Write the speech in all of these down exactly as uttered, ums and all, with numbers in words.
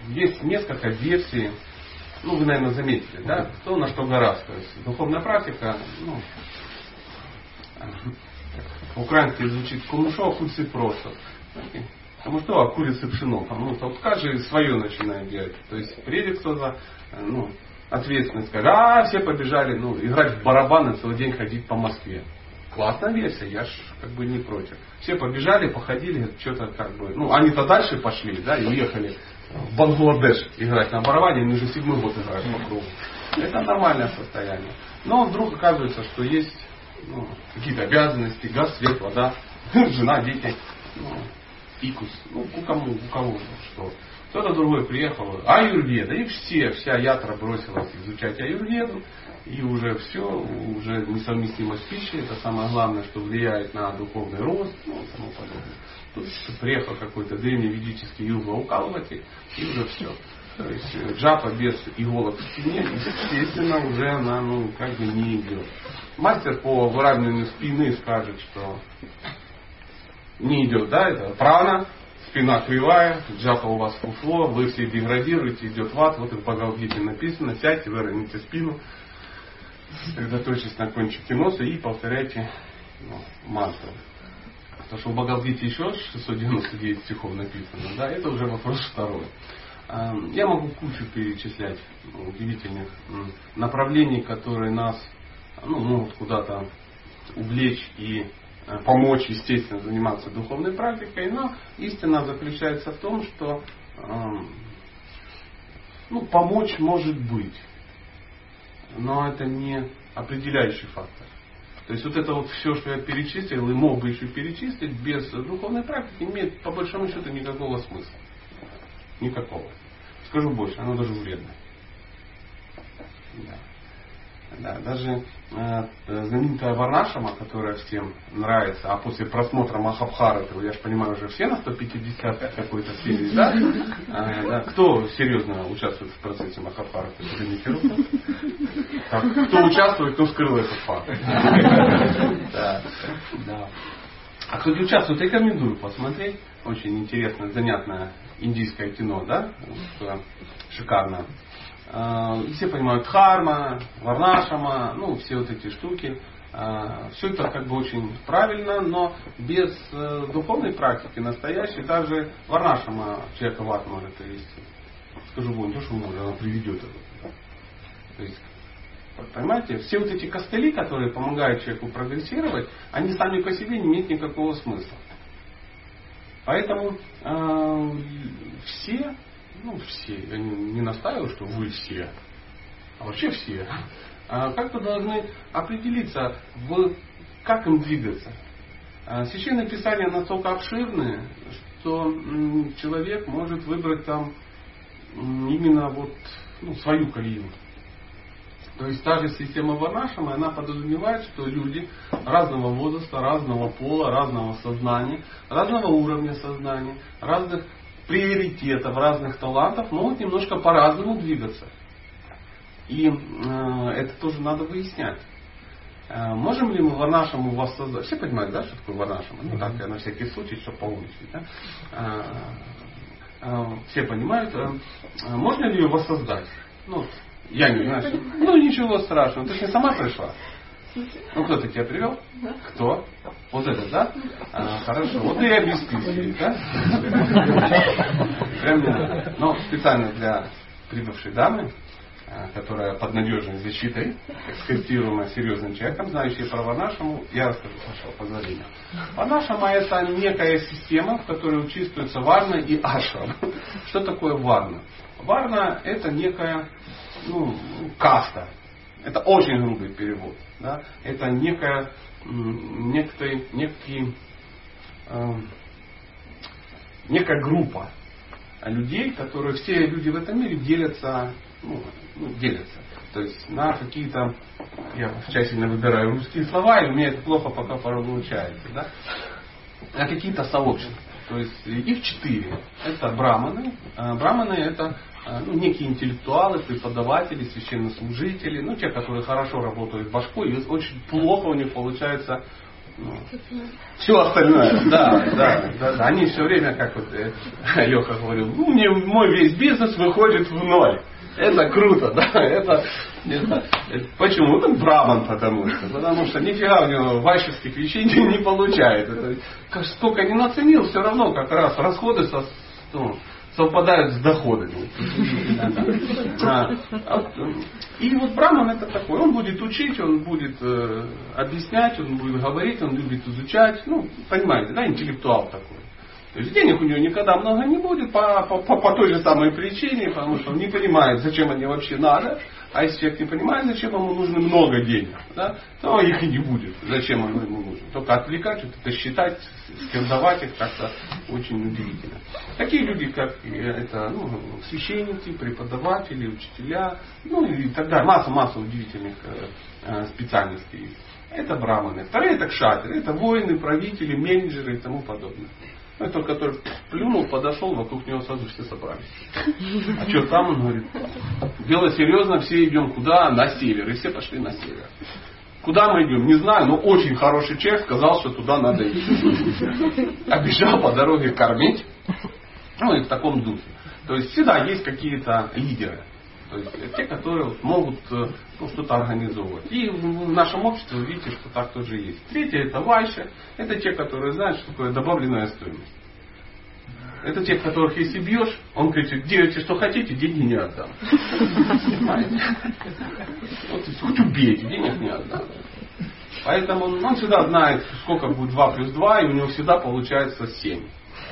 есть несколько версий. Ну, вы, наверное, заметили, да, кто на что гораздо. То есть духовная практика, ну, по-украински звучит кумушо, а курицы просто. Потому что, а курицы пшено. Ну, вот каждый свое начинает делать. То есть приедет кто-то, ну, ответственность, скажет, а, все побежали, ну, играть в барабаны, целый день ходить по Москве. Классная версия, я ж как бы не против. Все побежали, походили, что-то как бы, ну, они-то дальше пошли, да, и уехали в Бангладеш играть на барабане, они уже седьмой год играют по кругу. Это нормальное состояние. Но вдруг оказывается, что есть, ну, какие-то обязанности, газ, свет, вода, жена, дети, ну, фикус, ну, у кому, у кого что. Кто-то другой приехал, аюрведа, и все, вся ятра бросилась изучать аюрведу, и уже все, уже несовместимость пищи, это самое главное, что влияет на духовный рост, ну, и тому подобное. Тут приехал какой-то древневедический юга укалыватель, и уже все. То есть джапа без иголок в спине, естественно, уже она, ну, как бы не идет. Мастер по выравниванию спины скажет, что не идет, да, это прана, спина кривая, джапа у вас фуфло, вы все деградируете, идет в ад, вот и в Бхагавад-гите написано, сядьте, выровняйте спину, сосредоточьтесь на кончике носа и повторяйте, ну, мантру. Потому что в Бхагавад-гите еще шестьсот девяносто девять стихов написано, да, это уже вопрос второй. Я могу кучу перечислять удивительных направлений, которые нас, ну, могут куда-то увлечь и помочь, естественно, заниматься духовной практикой, но истина заключается в том, что, ну, помочь может быть, но это не определяющий фактор. То есть вот это вот все, что я перечислил, и мог бы еще перечислить, без духовной практики имеет по большому счету никакого смысла. Никакого. Скажу больше, оно даже вредно. Да. Да, даже э, знаменитая Варнашама, которая всем нравится, а после просмотра Махабхараты, я же понимаю, уже все на сто пятидесятой какой-то серии, да? А, да? Кто серьезно участвует в процессе Махабхараты? Поднимите руку. Так, кто участвует, кто скрыл этот факт. Да, да. А кто не участвует, рекомендую посмотреть. Очень интересное, занятное индийское кино, да? Шикарно. Все понимают дхарма, варнашама, ну, все вот эти штуки. Все это как бы очень правильно, но без духовной практики настоящей даже варнашама человека в ад может привести. Скажу, вон, то, что может, она приведет это. То есть, понимаете, все вот эти костыли, которые помогают человеку прогрессировать, они сами по себе не имеют никакого смысла. Поэтому э, все, ну все, я не, не настаиваю, что вы все, а вообще все, э, как-то должны определиться, в, как им двигаться. Э, Священные Писания настолько обширные, что м, человек может выбрать там м, именно вот, ну, свою колею. То есть та же система Варнашамы, она подразумевает, что люди разного возраста, разного пола, разного сознания, разного уровня сознания, разных приоритетов, разных талантов могут немножко по-разному двигаться. И э, это тоже надо выяснять. Э, можем ли мы Варнашаму воссоздать? Все понимают, да, что такое Варнашама? Ну так, я на всякий случай, чтобы по улице. Да? Э, э, все понимают. Э, можно ли ее воссоздать? Ну, я не знаю. Ну ничего страшного. Ты же не сама пришла. Ну кто-то тебя привел? Кто? Вот этот, да? А, хорошо. Вот и обеспечили, да? Прям, ну, специально для прибывшей дамы, которая под надежной защитой, экспертируемая серьезным человеком, знающей про Варнашаму, я расскажу, вашего позволения. Варнашама — это некая система, в которой участвуются варна и ашрама. Что такое варна? Варна — это некая, ну, каста. Это очень грубый перевод. Да? Это некая, некий, некий, э, некая группа людей, которые все люди в этом мире делятся, ну, ну, делятся. То есть на какие-то, я тщательно выбираю русские слова, и у меня это плохо пока порой получается, да? На какие-то сообщества. То есть их четыре. Это браманы. Браманы — это, ну, некие интеллектуалы, преподаватели, священнослужители, ну, те, которые хорошо работают башкой, и очень плохо у них получается Ну, все остальное, да, да, да, да. Они все время, как вот Леха говорил, ну, мне мой весь бизнес выходит в ноль. Это круто, да, это, это, это почему? Это браман, потому что, потому что нифига у него вайшевских вещей не, не получает. Это, как, сколько не наценил, все равно как раз расходы со, ну, совпадают с доходами. А, а, и вот браман это такой, он будет учить, он будет э, объяснять, он будет говорить, он любит изучать, ну, понимаете, да, интеллектуал такой. То есть денег у него никогда много не будет по, по, по, по той же самой причине, потому что он не понимает, зачем они вообще надо. А если человек не понимает, зачем ему нужно много денег, да, то их и не будет. Зачем оно ему нужно? Только отвлекать, вот это считать, скирдовать их как-то очень удивительно. Такие люди, как это, ну, священники, преподаватели, учителя, ну и так далее. Масса-масса удивительных э, специальностей. Это браманы. Вторые это кшатры, это воины, правители, менеджеры и тому подобное. Ну, это который плюнул, подошел, вокруг него сразу все собрались. А что там, он говорит, дело серьезно, все идем куда? На север. И все пошли на север. Куда мы идем? Не знаю, но очень хороший человек сказал, что туда надо идти. Обещал по дороге кормить. Ну и в таком духе. То есть всегда есть какие-то лидеры. То есть те, которые могут ну, что-то организовывать. И в нашем обществе вы видите, что так тоже есть. Третье это вайши. Это те, которые знают, что такое добавленная стоимость. Это те, которых если бьешь, он кричит, делайте что хотите, деньги не отдам. Понимаете? Вот, хоть убейте, денег не отдам. Поэтому он, он всегда знает, сколько будет два плюс два, и у него всегда получается семь.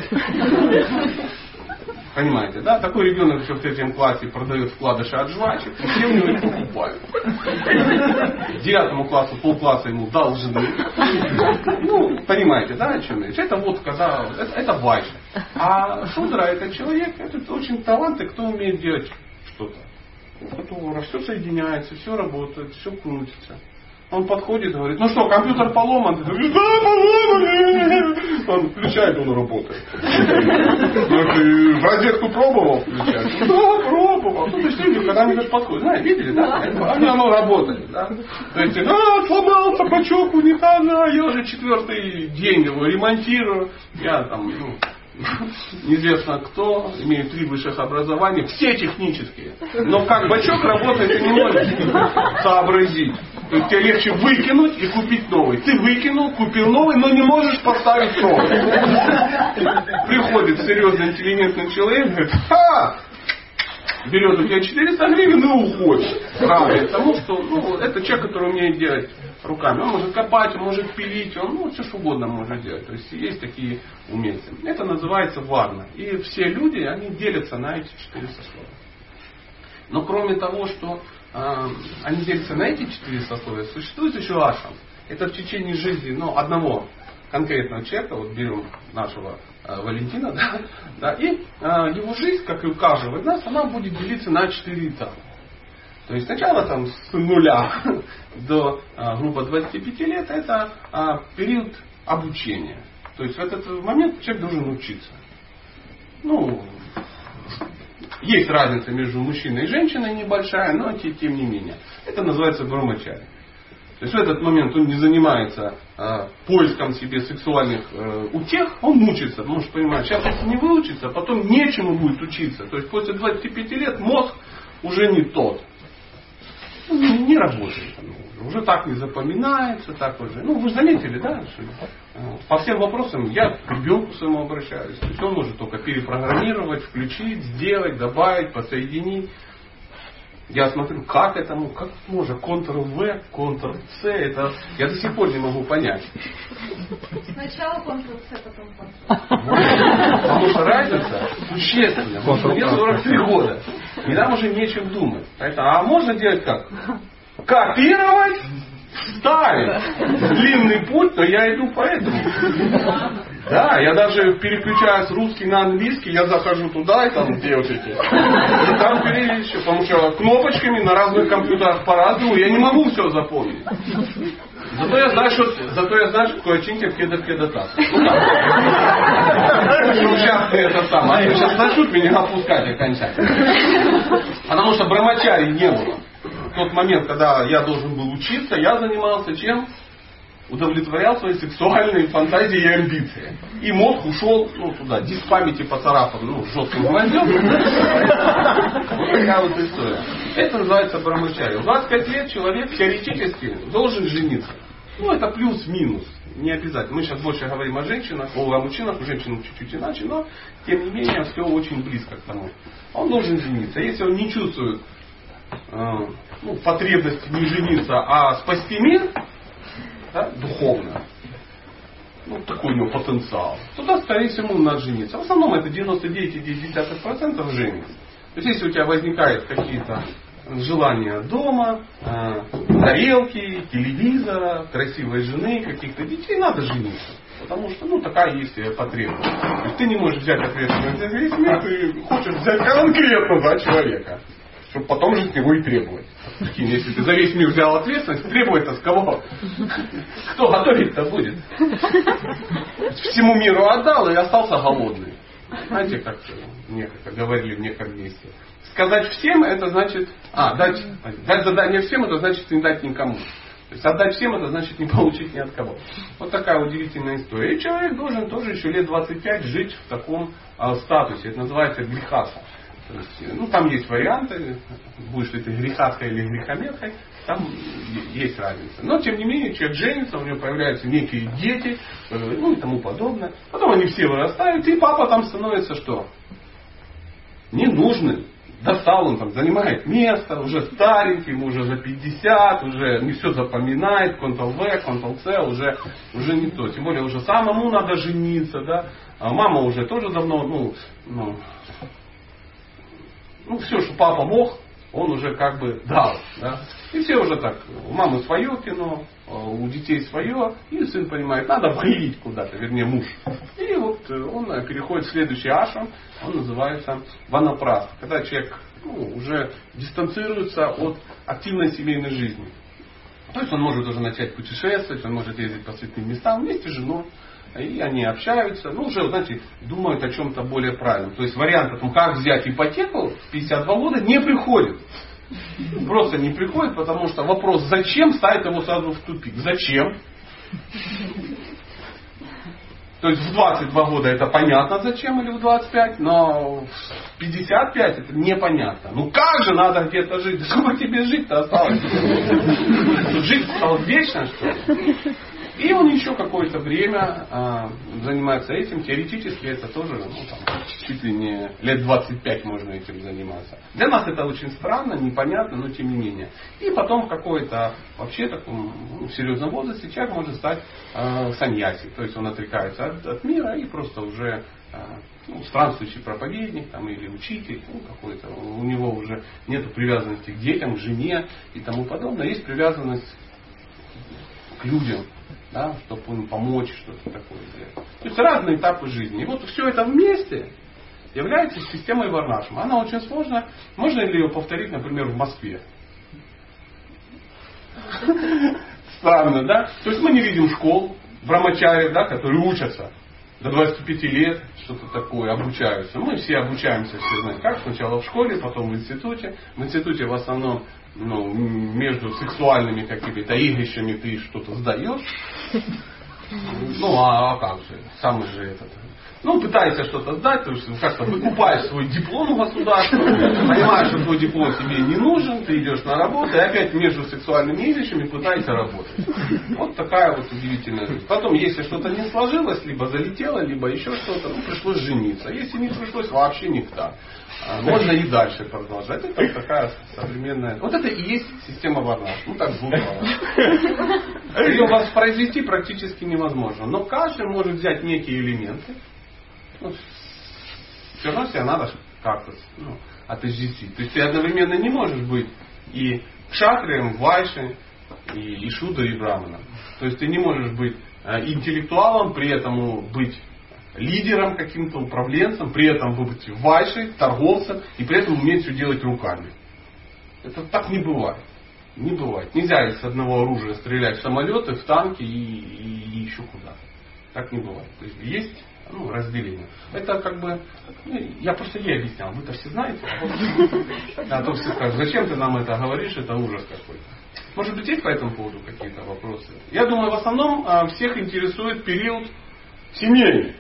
Понимаете, да? Такой ребенок еще в третьем классе продает вкладыши от жвачек, и все у него их покупают. К девятому классу, полкласса ему должны. Ну, понимаете, да, о чем речь? Это вот когда, это, это вайши. А шудра это человек, это очень таланты, кто умеет делать что-то. Кто все соединяется, все работает, все крутится. Он подходит и говорит, ну что, компьютер поломан? Ты говоришь, да, поломан. Он включает, он работает. Ну, ты в розетку пробовал включать? Да, пробовал. Ну, то есть люди, когда они подходят, знаете, видели, да? Они оно работает, да? То есть, а, сломался бачок унитаза, я уже четвертый день его ремонтирую. Я там, ну, неизвестно кто, имею три высших образования, все технические. Но как бачок работает, ты не можешь сообразить. То есть тебе легче выкинуть и купить новый. Ты выкинул, купил новый, но не можешь поставить новый. Приходит серьезный интеллигентный человек и говорит, ха! Берет у тебя четыреста гривен и уходит. Правда, потому что ну, это человек, который умеет делать руками. Он может копать, он может пилить, он ну, все что угодно может делать. То есть есть такие умельцы. Это называется варна. И все люди, они делятся на эти четыре сословия. Но кроме того, что э, они делятся на эти четыре сословия, существует еще ашрам. Это в течение жизни ну, одного конкретного человека, вот берем нашего э, Валентина, да, да, и э, его жизнь, как и у каждого из нас, она будет делиться на четыре этапа. То есть сначала там с нуля до э, грубо двадцати пяти лет это э, период обучения. То есть в этот момент человек должен учиться. Ну, есть разница между мужчиной и женщиной небольшая, но тем не менее. Это называется брамачари. То есть в этот момент он не занимается э, поиском себе сексуальных э, утех, он мучится, потому что понимает, сейчас если не выучится, потом нечему будет учиться. То есть после двадцати пяти лет мозг уже не тот. Ну, не, не работает. Уже так не запоминается, так уже. Ну, вы же заметили, да? Что, э, по всем вопросам я к ребенку своему обращаюсь. То есть он может только перепрограммировать, включить, сделать, добавить, подсоединить. Я смотрю, как это, ну, как можно, контрол-В, контрол-С, это я до сих пор не могу понять. Сначала контрол-С, потом контрол-В. Потому что разница существенная. Потому что мне сорок три года. И нам уже нечем думать. Поэтому, а можно делать как? Копировать, ставить. Длинный путь, но я иду по этому. Да, я даже переключаю с русский на английский, я захожу туда и там где вот эти. И там перевещу, потому что кнопочками на разных компьютерах по-разному я не могу все запомнить. Зато я знаю, что, зато я знаю, что такое чинтер кедр кедатас. Ну так. Ну сейчас это самое. Они сейчас начнут меня опускать окончательно. Потому что брамачари не было. В тот момент, когда я должен был учиться, я занимался чем? удовлетворял свои сексуальные фантазии и амбиции. И мозг ушел ну, туда, диск памяти поцарапан, ну, жестким гвоздем. Вот такая вот история. Это называется брамачарья. В двадцать пять лет человек теоретически должен жениться. Ну, это плюс-минус. Не обязательно. Мы сейчас больше говорим о женщинах, о, о мужчинах, у женщин чуть-чуть иначе, но тем не менее все очень близко к тому. Он должен жениться. Если он не чувствует э, ну, потребность не жениться, а спасти мир, да, духовно, ну, такой у него потенциал, тогда, скорее всего, надо жениться. В основном это девяносто девять целых девять десятых процента женится. То есть, если у тебя возникают какие-то желания дома, э, тарелки, телевизора, красивой жены, каких-то детей, надо жениться. Потому что, ну, такая есть потребность. То есть, ты не можешь взять ответственность за весь мир, ты хочешь взять конкретно за человека. Чтобы потом же с него и требовать. Прикинь, если ты за весь мир взял ответственность, требовать-то с кого? Кто готовить-то будет? Всему миру отдал и остался голодный. Знаете, как мне как говорили в некоторых действиях. Сказать всем, это значит... А, дать, дать задание всем, это значит не дать никому. То есть отдать всем, это значит не получить ни от кого. Вот такая удивительная история. И человек должен тоже еще лет двадцать пять жить в таком а, статусе. Это называется грехаса. То есть, ну, там есть варианты, будешь ли ты грехаской или грехометкой, там есть разница. Но, тем не менее, человек женится, у него появляются некие дети, ну и тому подобное. Потом они все вырастают, и папа там становится что? Ненужным. Достал он там, занимает место, уже старенький, ему уже за пятьдесят, уже не все запоминает, контрол-В, контрол-С, уже, уже не то. Тем более уже самому надо жениться, да. А мама уже тоже давно, ну, ну, ну все, что папа мог, он уже как бы дал. Да? И все уже так, у мамы свое кино, у детей свое, и сын понимает, надо валить куда-то, вернее муж. И вот он переходит в следующий ашрам, он называется ванапраста. Когда человек ну, уже дистанцируется от активной семейной жизни. То есть он может уже начать путешествовать, он может ездить по святым местам вместе с женой. И они общаются, ну уже, знаете, думают о чем-то более правильном. То есть вариант о том, как взять ипотеку в пятьдесят два года не приходит. Просто не приходит, потому что вопрос «зачем?» ставит его сразу в тупик. Зачем? То есть в двадцать два года это понятно зачем или в двадцать пять, но в пятьдесят пять это непонятно. Ну как же надо где-то жить? Да сколько тебе жить-то осталось? Жить стало вечно, что ли? И он еще какое-то время э, занимается этим. Теоретически это тоже ну, там, чуть ли не лет двадцать пять можно этим заниматься. Для нас это очень странно, непонятно, но тем не менее. И потом в какой-то вообще таком ну, серьезном возрасте человек может стать э, саньяси. То есть он отрекается от, от мира и просто уже э, ну, странствующий проповедник там, или учитель. Ну, какой-то. У него уже нет привязанности к детям, к жене и тому подобное. Есть привязанность к людям. Да, чтобы им помочь, что-то такое сделать. То есть разные этапы жизни. И вот все это вместе является системой варнашрама. Она очень сложная. Можно ли ее повторить, например, в Москве? Странно, да? То есть мы не видим школ, брамачарьев, да, которые учатся до двадцати пяти лет, что-то такое, обучаются. Мы все обучаемся, все знаем, как сначала в школе, потом в институте. В институте в основном ну, между сексуальными какими-то игрищами ты что-то сдаешь. Ну, а, а как же? Самый же этот. Ну, пытаешься что-то сдать, то есть как-то выкупаешь свой диплом у государства, понимаешь, что твой диплом тебе не нужен, ты идешь на работу, и опять между сексуальными игрищами пытаешься работать. Вот такая вот удивительная жизнь. Потом, если что-то не сложилось, либо залетело, либо еще что-то, ну, пришлось жениться. Если не пришлось, вообще никто. Можно и дальше продолжать. Это такая современная... Вот это и есть система варнашрама. Ну, так звучало. Ее воспроизвести практически невозможно. Но каждый может взять некие элементы. Ну, все равно себя надо как-то ну, отождествить. То есть ты одновременно не можешь быть и кшатрием, вайшей, и, и шудой, и браманом. То есть ты не можешь быть интеллектуалом, при этом быть лидером, каким-то управленцем, при этом быть вайшей, торговцем, и при этом уметь все делать руками. Это так не бывает. Не бывает. Нельзя из одного оружия стрелять в самолеты, в танки и, и, и еще куда. Так не бывает. То есть есть ну, разделение. Это как бы, ну, я просто ей объяснял, вы-то все знаете. А то все скажут, зачем ты нам это говоришь, это ужас какой-то. Может быть, есть по этому поводу какие-то вопросы? Я думаю, в основном а, всех интересует период семейный.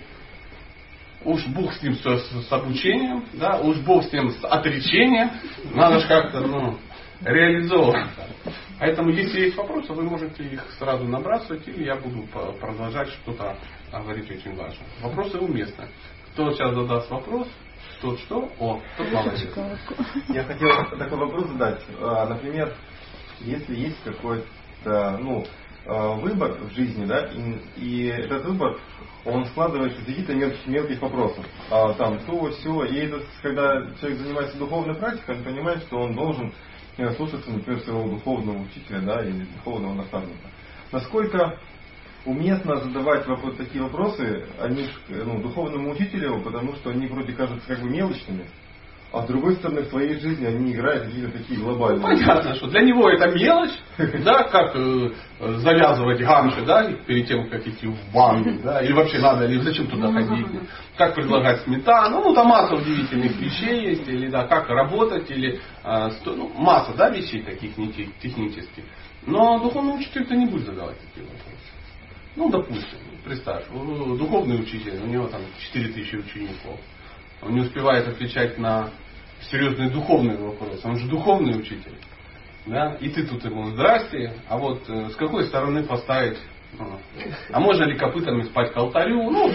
Уж Бог с ним, с, с обучением, да, уж Бог с ним с отречением. Надо же как-то, ну, реализовывать. Поэтому, если есть вопросы, вы можете их сразу набрасывать, или я буду продолжать что-то говорить очень важно. Вопросы уместны. Кто сейчас задаст вопрос, тот что? О, тот молодец. Я хотел такой вопрос задать. Например, если есть какой-то, ну, выбор в жизни, да, и, и этот выбор, он складывается из каких-то мелких, мелких вопросов. А, там, то, все. И это, когда человек занимается духовной практикой, он понимает, что он должен слушаться, например, своего духовного учителя, да, или духовного наставника. Насколько уместно задавать вопрос, такие вопросы они, ну, духовному учителю, потому что они вроде кажутся как бы мелочными, а с другой стороны в своей жизни они играют какие-то такие глобальные. Понятно, что для него это мелочь, да, как э, завязывать ганши, да, перед тем, как идти в баню, да, или вообще надо, или зачем туда ходить, как предлагать сметану, ну там масса удивительных вещей есть, или да, как работать, или э, сто, ну, масса, да, вещей таких технических. Но духовный учитель-то не будет задавать такие вопросы. Ну, допустим, представь, духовный учитель, у него там четыре тысячи учеников. Он не успевает отвечать на серьезные духовные вопросы. Он же духовный учитель. Да? И ты тут ему здрасте, а вот э, с какой стороны поставить, ну, а можно ли копытами спать к алтарю? Ну,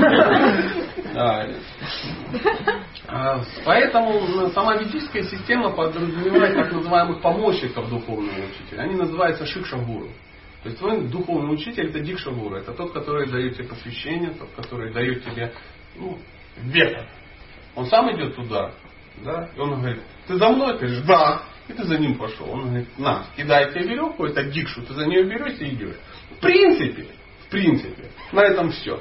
да. а, поэтому сама ведическая система подразумевает так называемых помощников духовного учителя. Они называются шикша-гуру. То есть твой духовный учитель — это дикша-гуру. Это тот, который дает тебе посвящение, тот, который дает тебе, ну, вектор. Он сам идет туда, да, и он говорит: ты за мной? Ты говоришь: да. И ты за ним пошел. Он говорит: на, кидай тебе веревку, это дикшу, ты за нее берешься и идешь. В принципе, в принципе, на этом все.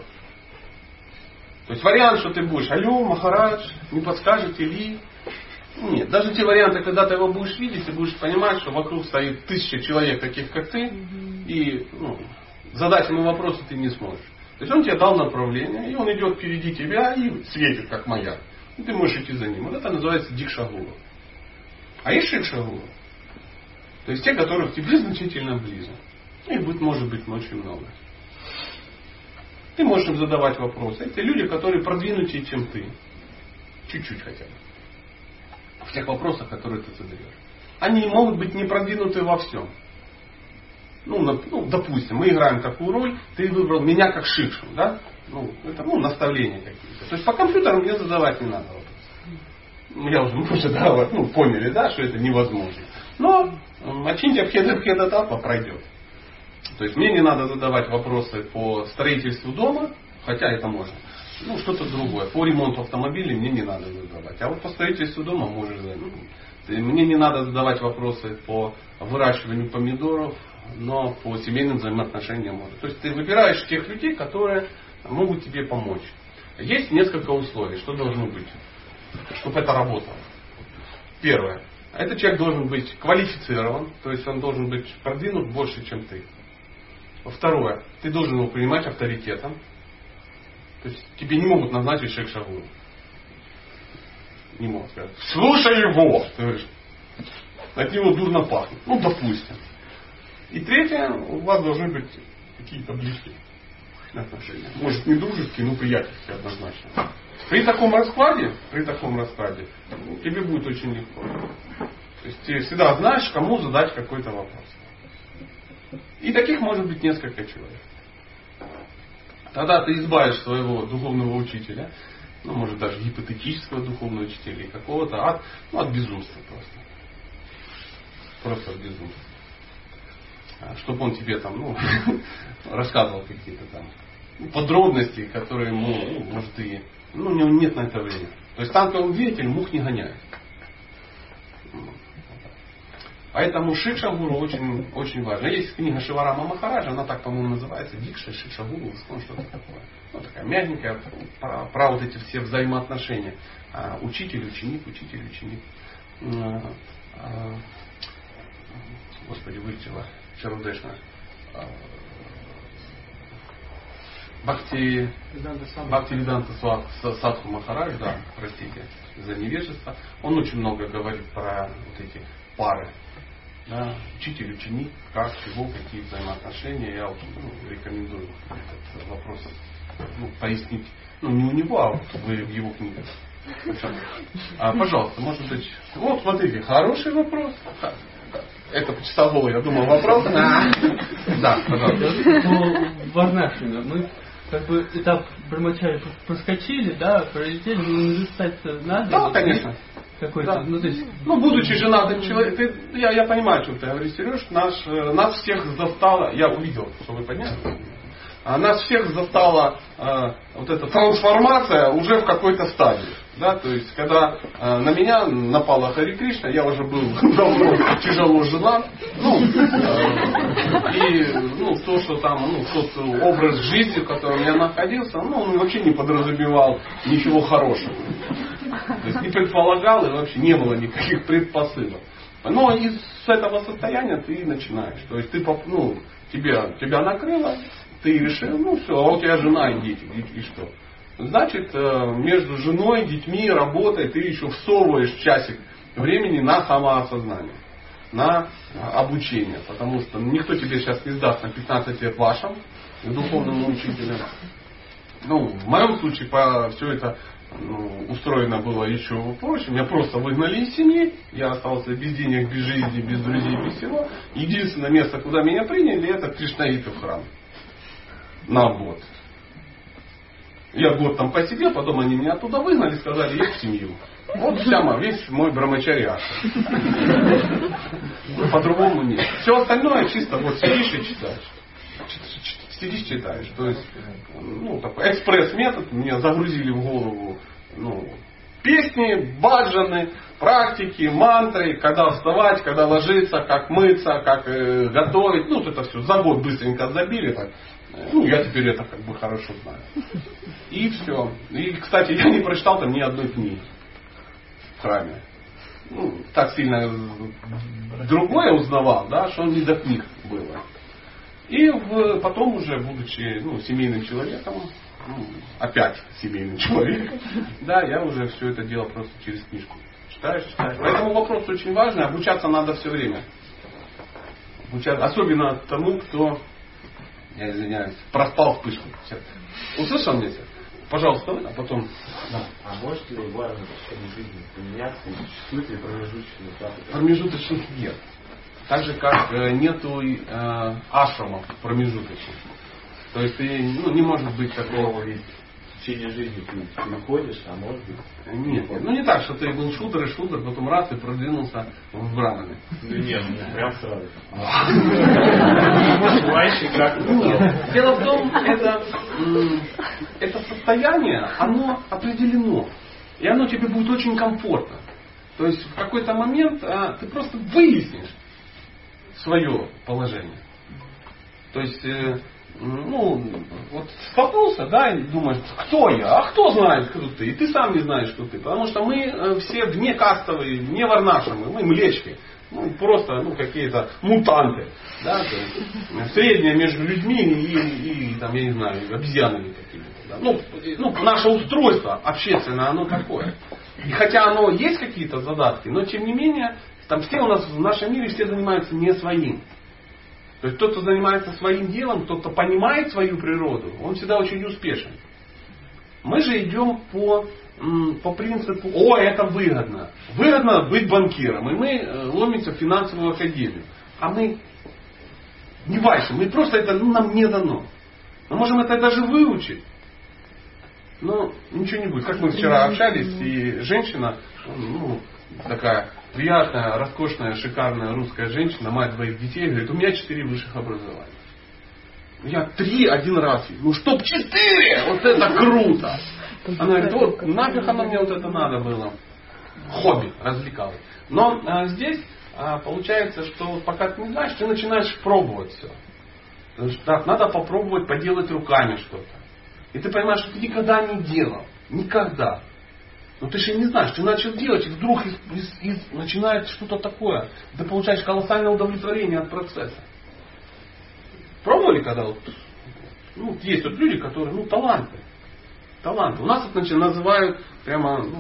То есть вариант, что ты будешь: алло, Махарадж, не подскажете ли? Нет, даже те варианты, когда ты его будешь видеть, ты будешь понимать, что вокруг стоит тысяча человек таких, как ты, и, ну, задать ему вопросы ты не сможешь. То есть он тебе дал направление, и он идет впереди тебя и светит, как маяк. И ты можешь идти за ним. Вот это называется дикша-гуру. А есть шикша-гуру. То есть те, которые к тебе значительно ближе. Их будет, может быть, очень много. Ты можешь им задавать вопросы. Это люди, которые продвинутее, чем ты. Чуть-чуть хотя бы. В тех вопросах, которые ты задаешь. Они могут быть не продвинуты во всем. Ну, на, ну, допустим, мы играем такую роль, ты выбрал меня как шикшу, да? Ну, это, ну, наставления какие-то. То есть по компьютеру мне задавать не надо вопросы. Ну, я уже, мы уже, да, ну, поняли, да, что это невозможно. Но Ачинтия Бхеда-Тапа пройдет. То есть мне не надо задавать вопросы по строительству дома, хотя это можно. Ну, что-то другое. По ремонту автомобиля мне не надо задавать. А вот по строительству дома можешь задать. Мне не надо задавать вопросы по выращиванию помидоров, но по семейным взаимоотношениям можно. То есть ты выбираешь тех людей, которые могут тебе помочь. Есть несколько условий, что должно быть, чтобы это работало. Первое. Этот человек должен быть квалифицирован, то есть он должен быть продвинут больше, чем ты. Второе. Ты должен его принимать авторитетом. То есть тебе не могут назначить шикша-гуру. Не могут сказать: слушай его! Ты говоришь, от него дурно пахнет. Ну, допустим. И третье, у вас должны быть какие-то близкие отношения. Может, не дружеские, но приятельские однозначно. При таком раскладе, при таком раскладе, тебе будет очень легко. То есть ты всегда знаешь, кому задать какой-то вопрос. И таких может быть несколько человек. Тогда ты избавишь своего духовного учителя, ну, может, даже гипотетического духовного учителя или какого-то, от, ну, от безумства просто. Просто от безумства. Чтобы он тебе там, ну, рассказывал какие-то там подробности, которые ему, ну, может, и, ну, у него нет на это времени. То есть танковый двигатель мух не гоняет. Поэтому шикша-гуру очень, очень важно. Есть книга Шиварама Махараджа, она так, по-моему, называется Дикша, шикша-гуру, ну, что-то такое. Ну, такая мягенькая, про, про вот эти все взаимоотношения. А, учитель, ученик, учитель, ученик. А, а, Господи, вылетела Чарудешна. А, Бхакти Бхактивиданта Садху Махарадж, да, простите за невежество. Он очень много говорит про вот эти пары. Да, учитель-ученик, как, чего, какие взаимоотношения. Я вот, ну, рекомендую этот вопрос ну, пояснить. Ну, не у него, а вот в его книгах. А, пожалуйста, может быть... Вот, смотрите, хороший вопрос. Это по часовому, я думал, вопрос. Да, пожалуйста. Ну, в Варнашине мы как бы этап брамачари проскочили, да, пролетели, но наверстать-то надо. Да, конечно. Какой-то, да. ну, то есть... ну, будучи женатым человеком, ты, я, я понимаю, о чем ты говоришь, Сереж, наш, нас всех застало, я увидел, что вы поняли, а нас всех застала э, вот эта трансформация уже в какой-то стадии. Да, то есть, когда э, на меня напала Хари Кришна, я уже был давно тяжело женат, ну, э, и ну, то, что там, ну, тот образ жизни, в котором я находился, ну, он вообще не подразумевал ничего хорошего. То есть не предполагал и вообще не было никаких предпосылок. Но из этого состояния ты начинаешь. То есть ты, ну, тебя, тебя накрыло, ты решил, ну все, а у тебя жена и дети, и, и что? Значит, между женой, детьми, работой ты еще всовываешь часик времени на самоосознание, на обучение. Потому что никто тебе сейчас не сдаст на пятнадцать лет вашим духовным учителям. Ну, в моем случае по, все это ну, устроено было еще проще. Меня просто выгнали из семьи. Я остался без денег, без жизни, без друзей, без всего. Единственное место, куда меня приняли, это Кришнаитов храм. На год. Я год там посидел, потом они меня оттуда выгнали, сказали, едь в семью. Вот вся моя, весь мой брамачарья. По-другому нет. Все остальное чисто вот сидишь и читаешь. Сидишь, читаешь. То есть, ну, такой экспресс-метод. Мне загрузили в голову ну, песни, баджаны, практики, мантры, когда вставать, когда ложиться, как мыться, как э, готовить. Ну, вот это все за год быстренько забили. Так. Ну, я теперь это как бы хорошо знаю. И все. И, кстати, я не прочитал там ни одной книги в храме. Ну, так сильно другое узнавал, да, что не до книг было. И в, потом уже, будучи ну, семейным человеком, ну, опять семейным человеком, да, я уже все это делал просто через книжку. Читаешь, читаешь. Поэтому вопрос очень важный. Обучаться надо все время. Обучаться, особенно тому, кто... Я извиняюсь, проспал вспышку. Услышал меня? Пожалуйста, а потом... Да. А может ли важно в течение жизни поменяться и существует ли промежуточный этап? Промежуточных нет. Так же, как э, нету э, ашрамов промежуточных. То есть ты, ну, не может быть такого ведь. В течение жизни ты переходишь, а может быть... Нет, нет. Ну не так, что ты был шудр и шудр, потом раз и продвинулся в браманы. Ну нет, прям сразу. Дело в том, это, это состояние, оно определено. И оно тебе будет очень комфортно. То есть в какой-то момент а, ты просто выяснишь свое положение. То есть... Э, ну, вот столкнулся, да, и думаешь, кто я, а кто знает, кто ты, и ты сам не знаешь, кто ты, потому что мы все вне кастовые, вне варнашамы, мы млечки, ну, просто, ну, какие-то мутанты, да, то есть, среднее между людьми и, и, там, я не знаю, обезьянами какими-то, да. ну, ну, наше устройство общественное, оно такое, и хотя оно есть какие-то задатки, но тем не менее, там все у нас в нашем мире все занимаются не своим. То есть тот, кто занимается своим делом, тот, кто понимает свою природу, он всегда очень успешен. Мы же идем по, по принципу, о, это выгодно. Выгодно быть банкиром. И мы ломимся в финансовую академию. А мы не вайши, мы просто это ну, нам не дано. Мы можем это даже выучить. Но ничего не будет. Как мы вчера общались, и женщина, ну, такая приятная, роскошная, шикарная русская женщина, мать двоих детей, говорит, у меня четыре высших образования. Я три один раз. Ну чтоб четыре! Вот это круто! Она говорит, вот нафиг оно мне вот это надо было. Хобби, развлекалось. Но а, здесь а, получается, что пока ты не знаешь, ты начинаешь пробовать все. Потому что так, надо попробовать поделать руками что-то. И ты понимаешь, что ты никогда не делал. Никогда. Но ты же не знаешь, ты начал делать, и вдруг из, из, из, начинает что-то такое. Ты получаешь колоссальное удовлетворение от процесса. Пробовали когда вот, ну, есть вот люди, которые, ну, таланты. Таланты. У нас это значит, называют прямо, ну,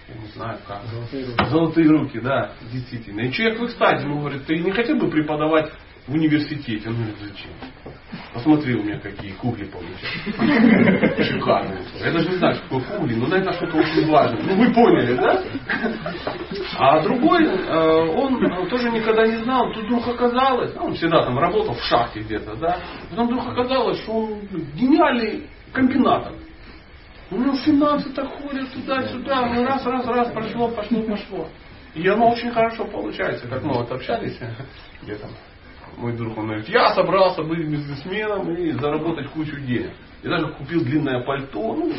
я не знаю как. Золотые руки. Золотые руки, да, действительно. И человек в экстазе ему говорит, ты не хотел бы преподавать в университете? Он говорит, зачем? Посмотри у меня какие кугли получаются. Шикарные. Я даже не знаю, что такое кугли, но, наверное, что-то очень важное. Ну, вы поняли, да? А другой, он тоже никогда не знал, тут вдруг оказалось, он всегда там работал в шахте где-то, да, потом вдруг оказалось, что он гениальный комбинатор. У него финансы так ходят туда-сюда, ну раз, раз, раз, прошло, пошло, пошло. И оно очень хорошо получается, как мы вот общались, где там мой друг, он говорит, я собрался быть бизнесменом и заработать кучу денег. И даже купил длинное пальто. Ну,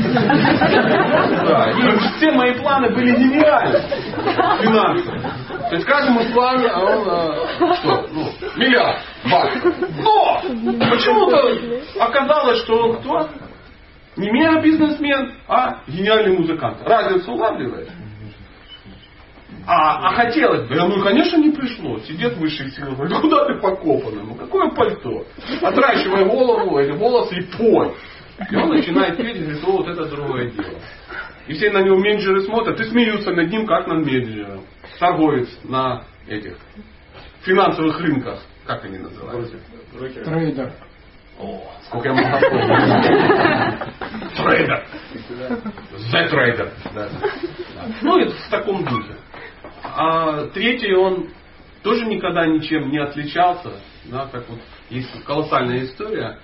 да, и все мои планы были гениальны. Финансовые. То есть каждому из плана, а он, а, что, ну, миллиард баксов. Но почему-то оказалось, что он кто? Не мега-бизнесмен, а гениальный музыкант. Разницу улавливаешь? А, а хотелось бы, ну конечно не пришло. Сидит высшие силы, говорит, куда ты покопанный? Ну какое пальто? Отращивай голову, эти волосы и пой. И он начинает петь и говорит, о, вот это другое дело. И все на него менеджеры смотрят и смеются над ним, как над менеджером. Торговец на этих финансовых рынках. Как они называются? Трейдер. О, сколько я могу помнить. Трейдер. The Trader. Да. Ну, это в таком духе. А третий, он тоже никогда ничем не отличался. Да, как вот есть колоссальная история.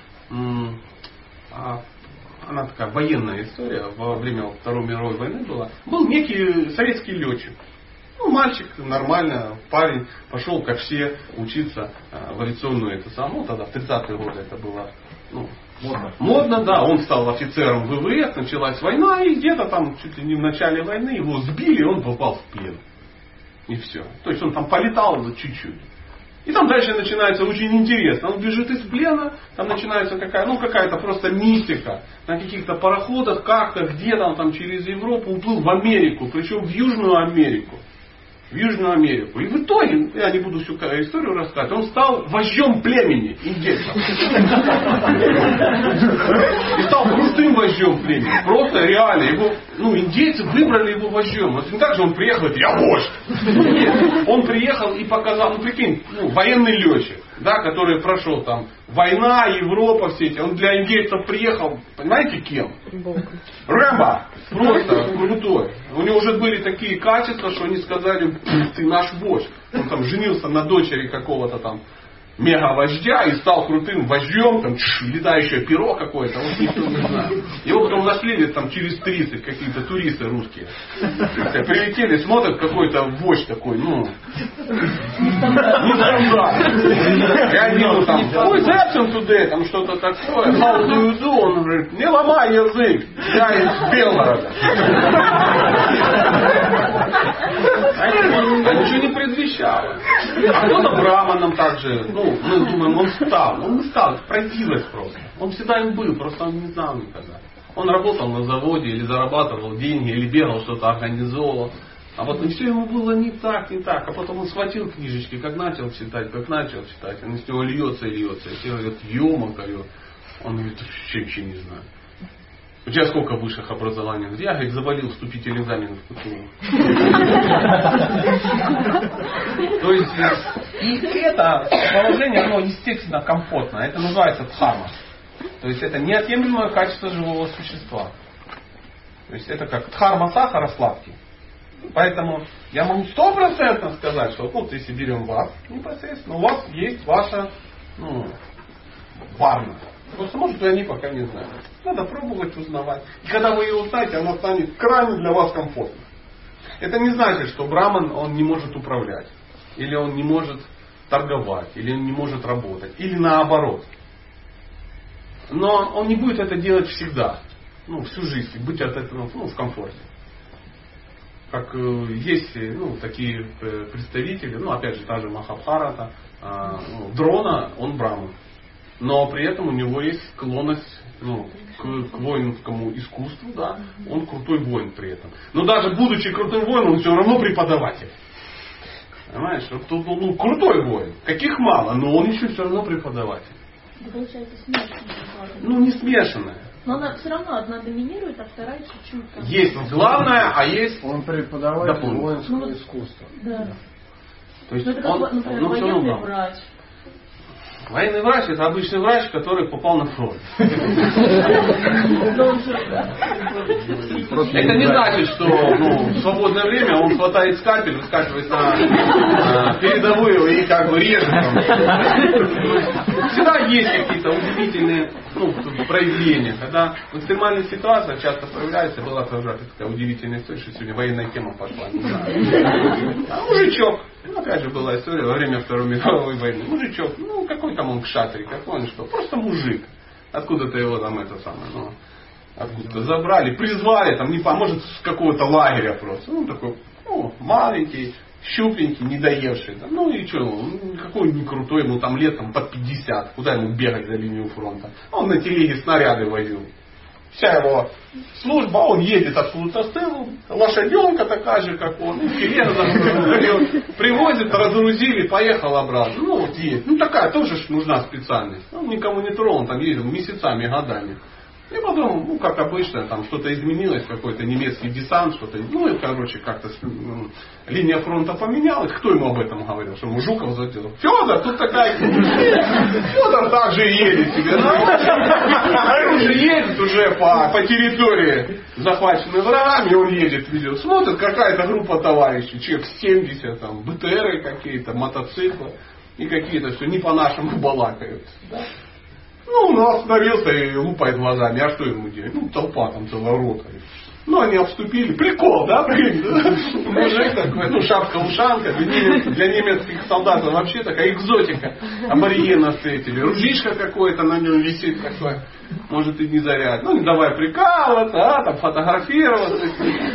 Она такая военная история. Во время Второй мировой войны была. Был некий советский летчик. Ну, мальчик, нормально, парень, пошел, как все, учиться в авиационную это самое. Тогда в тридцатые годы это было ну, модно. Модно, да. Он стал офицером ВВС, началась война, и где-то там, чуть ли не в начале войны, его сбили, и он попал в плен. И все. То есть он там полетал чуть-чуть. И там дальше начинается очень интересно. Он бежит из плена, там начинается какая, ну, какая-то просто мистика. На каких-то пароходах, картах, где-то он там через Европу уплыл в Америку, причем в Южную Америку. В Южную Америку. И в итоге, я не буду всю историю рассказывать, он стал вождем племени индейцев. И стал простым вождем племени. Просто реально. Его, ну, индейцы выбрали его вождем. Это не так же он приехал и я вождь. Нет. Он приехал и показал, ну прикинь, ну, военный летчик, да, который прошел там война, Европа, все эти. Он для индейцев приехал, понимаете, кем? Рэмбо. Просто крутой. У него уже были такие качества, что они сказали, ты наш вождь. Он там женился на дочери какого-то там мега-вождя и стал крутым вождем, там чш, летающее перо какое-то, вот никто не знает. Его потом наследили там через тридцать какие-то туристы русские. Прилетели, смотрят, какой-то вождь такой, ну, нестандартный. И они ему там, ой, зачем today, там что-то такое, how do you do? Он говорит, не ломай язык, я из Белгорода. А ничего не предвещало. А кто-то браманом также, ну, мы думаем, он стал. Он не стал, пробилось просто. Он всегда им был, просто он не знал никогда. Он работал на заводе, или зарабатывал деньги, или бегал, что-то организовывал. А вот все ему было не так, не так. А потом он схватил книжечки, как начал читать, как начал читать. Он из него льется и льется. И все говорят, ё-моё. Он говорит, вообще ничего не знаю. У тебя сколько высших образований? Я, говорит, завалил вступительный экзамен в КФУ. То есть, и это положение, оно естественно комфортно. Это называется дхарма. То есть, это неотъемлемое качество живого существа. То есть, это как дхарма сахара сладкий. Поэтому я могу стопроцентно сказать, что вот если берем вас, непосредственно, у вас есть ваша, ну, варна. Просто может и они пока не знают. Надо пробовать, узнавать. И когда вы ее узнаете, она станет крайне для вас комфортной. Это не значит, что браман он не может управлять. Или он не может торговать. Или он не может работать. Или наоборот. Но он не будет это делать всегда. Ну, всю жизнь. Быть от этого ну, в комфорте. Как э, есть ну, такие э, представители, ну опять же, та же Махабхарата, э, ну, Дрона, он браман. Но при этом у него есть склонность ну, к, к воинскому искусству, да, он крутой воин при этом. Но даже будучи крутым воином, он все равно преподаватель. Понимаешь, он ну, крутой воин, каких мало, но он еще все равно преподаватель. Это получается смешанное. Ну не смешанное. Но она все равно одна доминирует, а вторая чуть-чуть. Там. Есть главное, а есть... Он преподаватель воинского ну, искусства. Да. То есть ну, это как, он, например, ну, военный он, врач. Военный врач — это обычный врач, который попал на фронт. Это не значит, что ну, в свободное время он хватает скальпель, выскакивает на э, передовую и как бы режет. Там. Всегда есть какие-то удивительные ну, проявления. Когда в экстремальных ситуациях часто проявляется, была тоже такая удивительная история, что сегодня военная тема пошла. Не знаю. А мужичок, ну, опять же была история во время Второй мировой войны. Мужичок, ну какой там он кшатрий, какой он что, просто мужик. Откуда-то его там это самое, ну, откуда-то забрали, призвали, там, не поможет с какого-то лагеря просто. Ну, такой, ну, маленький, щупленький, недоевший. Да, ну и что, ну, какой он не крутой, ему там лет там, под пятьдесят, куда ему бегать за линию фронта. Он на телеге снаряды возил. Вся его служба, он едет откуда-то с тылу, лошаденка такая же, как он, телега привозит, разгрузили, поехал обратно. Ну вот есть. Ну такая тоже нужна специальность. Он никому не тронул, там ездил месяцами, годами. И потом, ну как обычно, там что-то изменилось, какой-то немецкий десант, что-то, ну и короче как-то ну, линия фронта поменялась. Кто ему об этом говорил? Что ему Жуков заделал? Федор, тут такая... Федор так же едет себе. Он же едет уже по, по территории, захваченной врагами, он едет, видео. Смотрит какая-то группа товарищей, человек семьдесят, там, БТРы какие-то, мотоциклы и какие-то, все не по-нашему балакают. Да? Ну, он остановился и лупает глазами. А что ему делать? Ну, толпа там целая рота. Ну, они обступили. Прикол, да? Мужик такой, ну, шапка-ушанка. Для немецких солдат вообще такая экзотика. Аборигена встретили. Ружишка какое-то на нем висит такое. Может и не заряд. Ну, не давай прикалываться, а, там фотографироваться.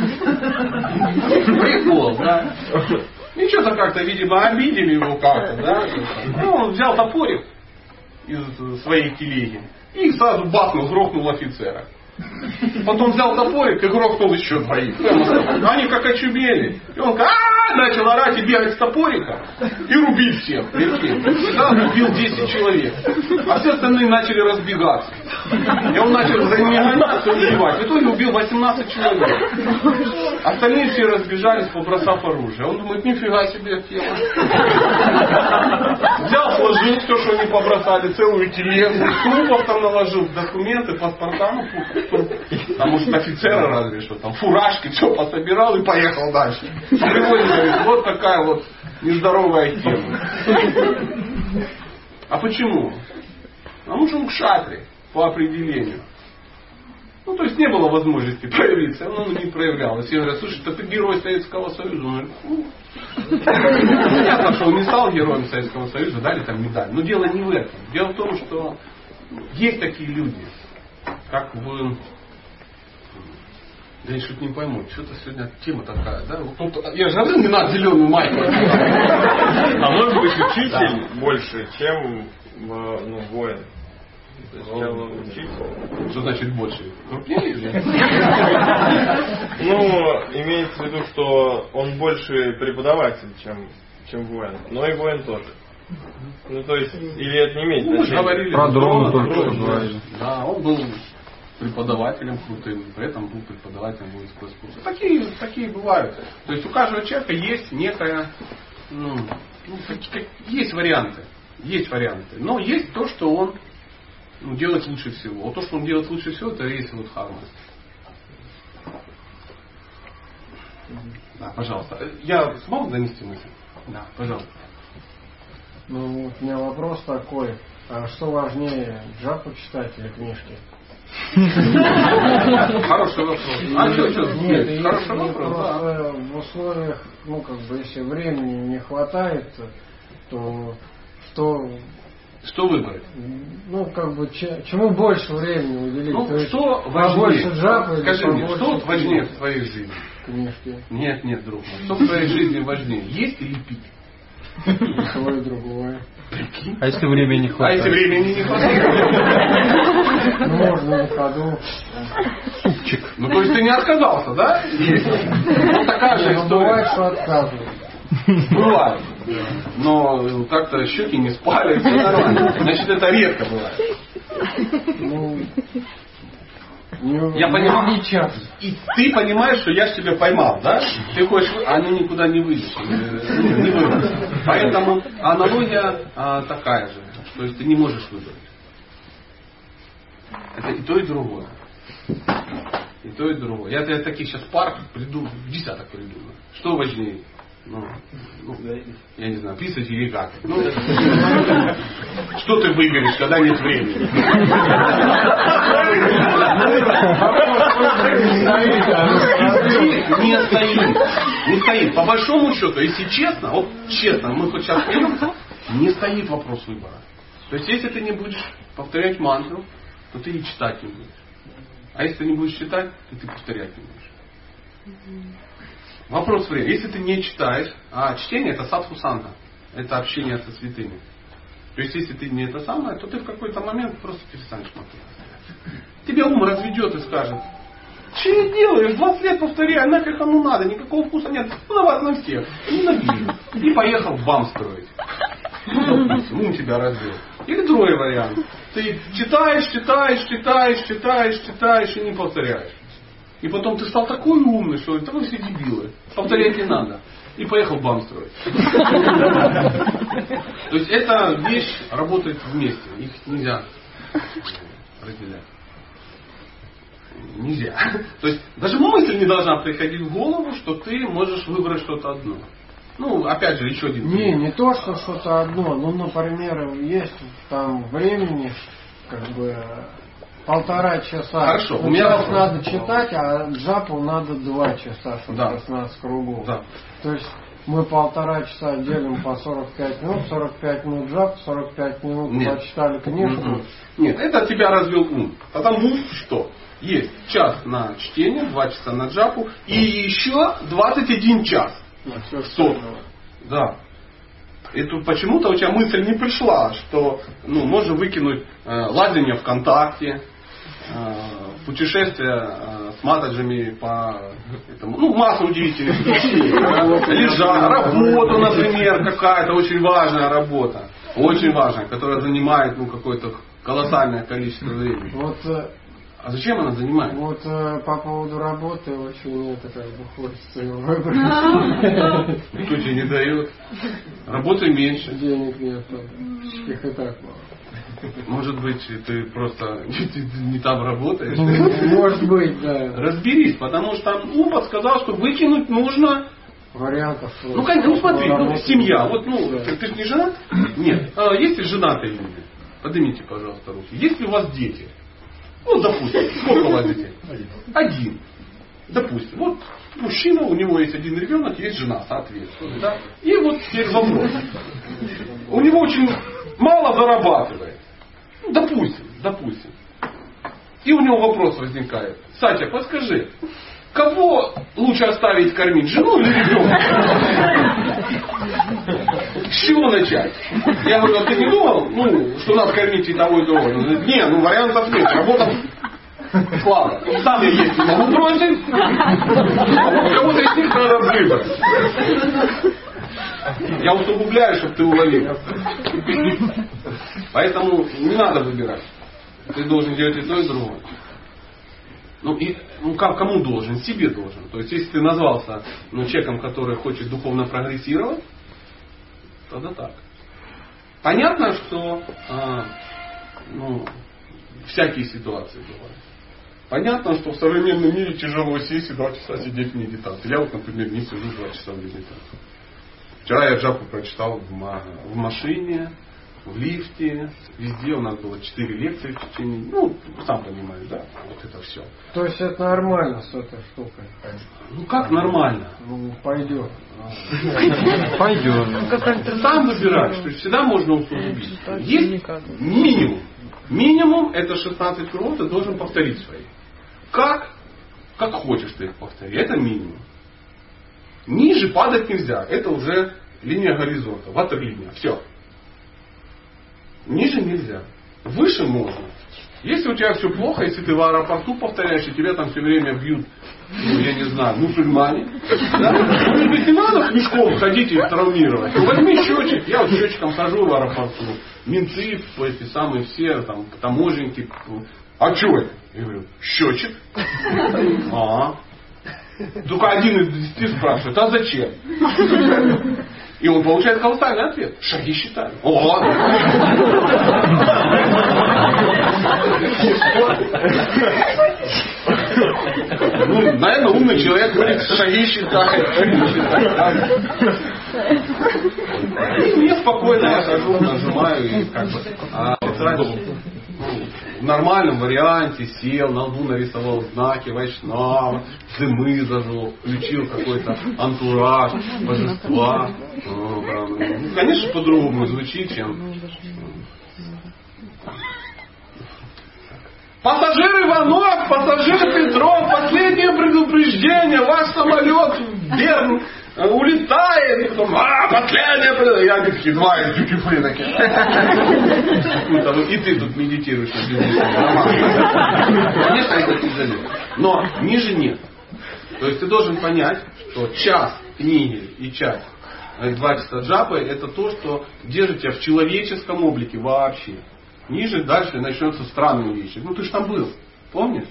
Прикол, да? И что-то как-то, видимо, обидели его как-то, да? Ну, он взял топорик из своей телеги и сразу бахнул, грохнул офицера. Потом взял топорик и грохнул еще двоих. Они как очумели. И он а начал орать и бегать с топорика и рубить всех. Да, убил десять человек. А все остальные начали разбегаться. И он начал за ними гоняться и убивать. В итоге убил восемнадцать человек. Остальные все разбежались, побросав оружие. Он думает, нифига себе тело. Взял, сложил все, что они побросали, целую телегу. Трупов там наложил, документы, паспорта. Ну, там, может, офицера разве что, там, фуражки, все пособирал и поехал дальше. Приводит, говорит, вот такая вот нездоровая тема. А почему? Потому что он кшатри, по определению. Ну, то есть не было возможности проявиться, он не проявлял. Все говорят, слушай, ты герой Советского Союза. Он говорит, ну, понятно, что он не стал героем Советского Союза, дали там медаль. Но дело не в этом. Дело в том, что есть такие люди, как вы... Да я что-то не пойму, что-то сегодня тема такая, да? Вот, я же говорил, не надо зеленую майку. А может быть учитель больше, чем ну, воин? То есть, чем учитель? Что значит больше? Крупнее или? Ну, имеется в виду, что он больше преподаватель, чем, чем воин. Но и воин тоже. Ну, то есть, или это не имеет ну, значения? Говорили, про дрона только дрон, говорили. Да, он был преподавателем крутым, при этом был преподавателем воинского искусства. Такие, такие бывают. То есть у каждого человека есть некая, ну, ну как, есть варианты, есть варианты, но есть то, что он ну, делает лучше всего. Вот то, что он делает лучше всего, это рейс вот Хармас. Да, пожалуйста. Я смог донести мысль? Да, пожалуйста. Ну, вот у меня вопрос такой. А что важнее, джапу читать или книжки? Хороший вопрос. А что, что? Нет, Нет, хороший хороший вопрос, да. В условиях, ну, как бы, если времени не хватает, то что... Что выбрать? Ну, как бы, че, чему больше времени уделить? Ну, то что есть, важнее? Побольше джапа или Скажи мне, побольше что вот важнее книг? в твоей жизни? Книжки. Нет, нет, друг мой. Что в твоей жизни важнее? Есть или пить? То и другое. Прикинь. А если времени не А хватает? если времени не хватает? Ну, можно на ходу. Супчик. Ну, то есть ты не отказался, да? Есть. Ну, такая же Но бывает, история. что отказывают. Бывает. Но как-то щеки не спали, все нормально. Значит, это редко бывает. Ну, Не, Я не понимаю. влечат. И ты понимаешь, что я ж тебя поймал, да? Ты хочешь, а они никуда не выйдешь. Не, не выбрать. Поэтому аналогия а, такая же. То есть ты не можешь выбрать. Это и то, и другое. И то, и другое. Я, я таких сейчас пар приду, десяток придумаю. Что важнее? Ну, ну, я не знаю, писать или как? Ну, что ты выберешь, когда нет времени? Не стоит. Не стоит. По большому счету, если честно, вот честно, мы хоть сейчас не стоит вопрос выбора. То есть, если ты не будешь повторять мантру, то ты и читать не будешь. А если ты не будешь читать, то ты повторять не будешь. Вопрос времени. Если ты не читаешь, а чтение это садху-санга, это общение со святыми. То есть, если ты не это самое, то ты в какой-то момент просто перестанешь смотреть. Тебе ум разведет и скажет, что я делаю, двадцать лет повторяю, нафиг оно надо, никакого вкуса нет, ну на вас на всех, ненавижу. И поехал бам строить. Ну, допустим, ум тебя развел. Или другой вариант. Ты читаешь, читаешь, читаешь, читаешь, читаешь и не повторяешь. И потом ты стал такой умный, что это вы все дебилы. Повторять не надо. И поехал бам строить. То есть эта вещь работает вместе. Их нельзя разделять. Нельзя. То есть даже мысль не должна приходить в голову, что ты можешь выбрать что-то одно. Ну, опять же, еще один. Не, не то, что что-то одно. Ну, например, есть там времени, как бы, полтора часа. Хорошо, ну, у меня час вопрос. надо читать, а джапу надо два часа, чтобы Да. шестнадцать кругов. Да. То есть мы полтора часа делим по сорок пять минут, сорок пять минут джап, сорок пять минут Нет. почитали книжку. М-м. Нет, это тебя развел ум. Потому что есть час на чтение, два часа на джапу и еще двадцать один час. На все Что? Да. И тут почему-то у тебя мысль не пришла, что ну, можно выкинуть э, лазание ВКонтакте, э, путешествие э, с матаджами по этому, ну, массу удивительных вещей. Лежа, работу, например, какая-то очень важная работа. Очень важная, которая занимает ну, какое-то колоссальное количество времени. Вот, э, А зачем она занимает? вот э, по поводу работы очень это как бы хочется его выбрать. Никто тебе не дает. Работай меньше. Денег нет, их и так мало. Может быть, ты просто не там работаешь. Может быть, да. Разберись, потому что там ум подсказал, что выкинуть нужно. Вариантов. Ну, конечно, ну смотри, ну, работы. семья. Вот, ну, Да. ты, ты же не женат? Нет. А, есть ли женатые люди? Поднимите, пожалуйста, руки. Есть ли у вас дети? Ну, допустим, сколько у вас детей? Один. Допустим. Вот мужчина, у него есть один ребенок, есть жена, соответственно. Да? И вот теперь вопрос. У него очень мало зарабатывает. Ну, допустим, допустим. И у него вопрос возникает. Сатя, подскажи, кого лучше оставить кормить, жену или ребенка? С чего начать? Я говорю, а ты не думал, ну, что надо кормить и того, и того? Он говорит, не, ну вариантов нет, работа слава. Сам я есть не могу бросить, а кого-то из них надо выбрать. Я усугубляю, чтобы ты уловил. Поэтому не надо выбирать. Ты должен делать и то, и другое. Ну, и, ну как, кому должен? Себе должен. То есть, если ты назвался ну, человеком, который хочет духовно прогрессировать, тогда так. Понятно, что а, ну, всякие ситуации бывают. Понятно, что в современном мире тяжело сесть и два часа сидеть в медитации. Я вот, например, не сижу два часа в медитации. Вчера я джапу прочитал в, ма- в машине, в лифте, везде у нас было четыре лекции в течение, ну, сам понимаешь, да, вот это все. То есть это нормально с этой штукой? Ну как нормально? Ну, пойдет. Пойдет. Сам выбираешь, то есть всегда можно усугубить. Есть минимум. Минимум это шестнадцать кругов ты должен повторить свои. Как? Как хочешь ты их повтори. Это минимум. Ниже падать нельзя. Это уже линия горизонта. Ватерлиния. Все. Ниже нельзя. Выше можно. Если у тебя все плохо, если ты в аэропорту повторяешь, и тебя там все время бьют, ну, я не знаю, мусульмане, да? Ну, ведь не надо мешком ходить и травмировать. Ну, возьми счетчик, я вот счетчиком хожу в аэропорту. Менты, эти самые все, там, таможенники, а что это? Я говорю, счетчик. А. Только один из десяти спрашивает, а зачем? И он получает колоссальный ответ. Шаги считаю. О! Ну, наверное, умный человек говорит, шаги считает, шаги считает. И мне спокойно, я хожу, нажимаю и как бы а, ну, в нормальном варианте сел, на лбу нарисовал знаки Вайшнава, дымы зажег, включил какой-то антураж божества. Ну, ну, конечно, по-другому звучит, чем... Пассажир Иванов, пассажир Петров, последнее предупреждение, ваш самолет в Берн улетает, потом, а, последнее, я такие, два из дюти-фри такие. И ты тут медитируешь на бизнесе. Конечно, это тяжелее. Но ниже нет. То есть ты должен понять, что час книги и час, два часа джапы, это то, что держит тебя в человеческом облике вообще. Ниже, дальше начнется странные вещи. Ну ты ж там был, помнишь?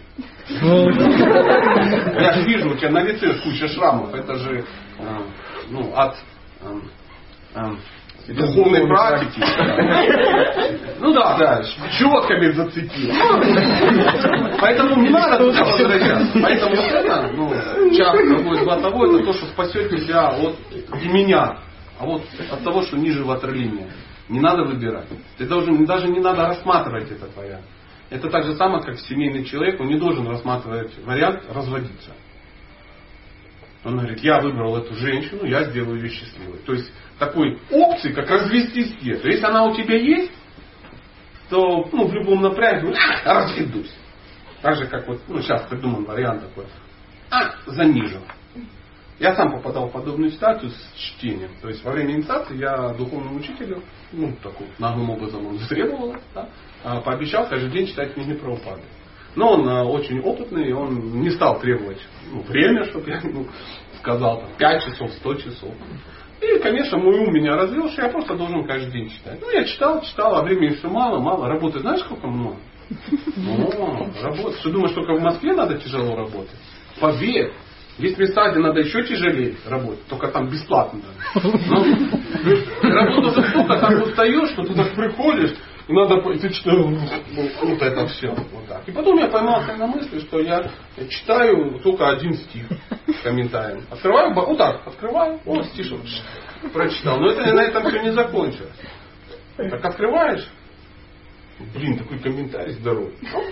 Я же вижу, у тебя на лице куча шрамов. Это же э, ну, от э, э, духовной практики. Ну да, да, четками зацепил. Поэтому не надо туда возвращаться. Поэтому вот это, ну, час того и два того, это то, что спасет тебя от не меня, а вот от того, что ниже ватерлиния. Не надо выбирать. Ты должен, даже не надо рассматривать этот вариант. Это так же самое, как семейный человек, он не должен рассматривать вариант разводиться. Он говорит, я выбрал эту женщину, я сделаю ее счастливой. То есть такой опции, как развестись нет. Если она у тебя есть, то ну, в любом напряге разведусь. Так же, как вот, ну, сейчас придуман вариант такой. А, занижен. Я сам попадал в подобную ситуацию с чтением. То есть во время инициации я духовному учителю, ну, такой наглым образом он затребовал, да, пообещал каждый день читать книги Прабхупады. Но он а, очень опытный, он не стал требовать ну, время, чтобы я ну, сказал, там, пять часов, сто часов. И, конечно, мой ум меня развел, что я просто должен каждый день читать. Ну, я читал, читал, а времени все мало, мало. Работы знаешь, сколько много? О, работать. Что думаешь, только в Москве надо тяжело работать? Поверь. Есть места, где надо еще тяжелее работать, только там бесплатно. Ну, работа за столько, там устаешь, что ты так приходишь, и надо, и ты читаешь, вот это все. Вот так. И потом я поймался на мысли, что я читаю только один стих с комментарием. Открываю, вот так, открываю, о, стишок прочитал. Но это на этом все не закончилось. Так открываешь, блин, такой комментарий здоровый.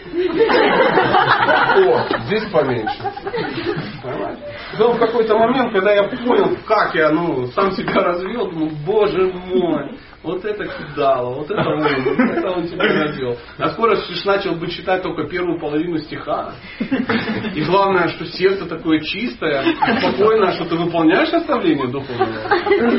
О, здесь поменьше. Понимаешь? Потом в какой-то момент, когда я понял, как я ну, сам себя развел, думаю, боже мой, вот это кидало, вот это он, вот это он тебя развел. А скоро лишь начал бы читать только первую половину стиха. И главное, что сердце такое чистое, спокойное, что ты выполняешь наставление духовное.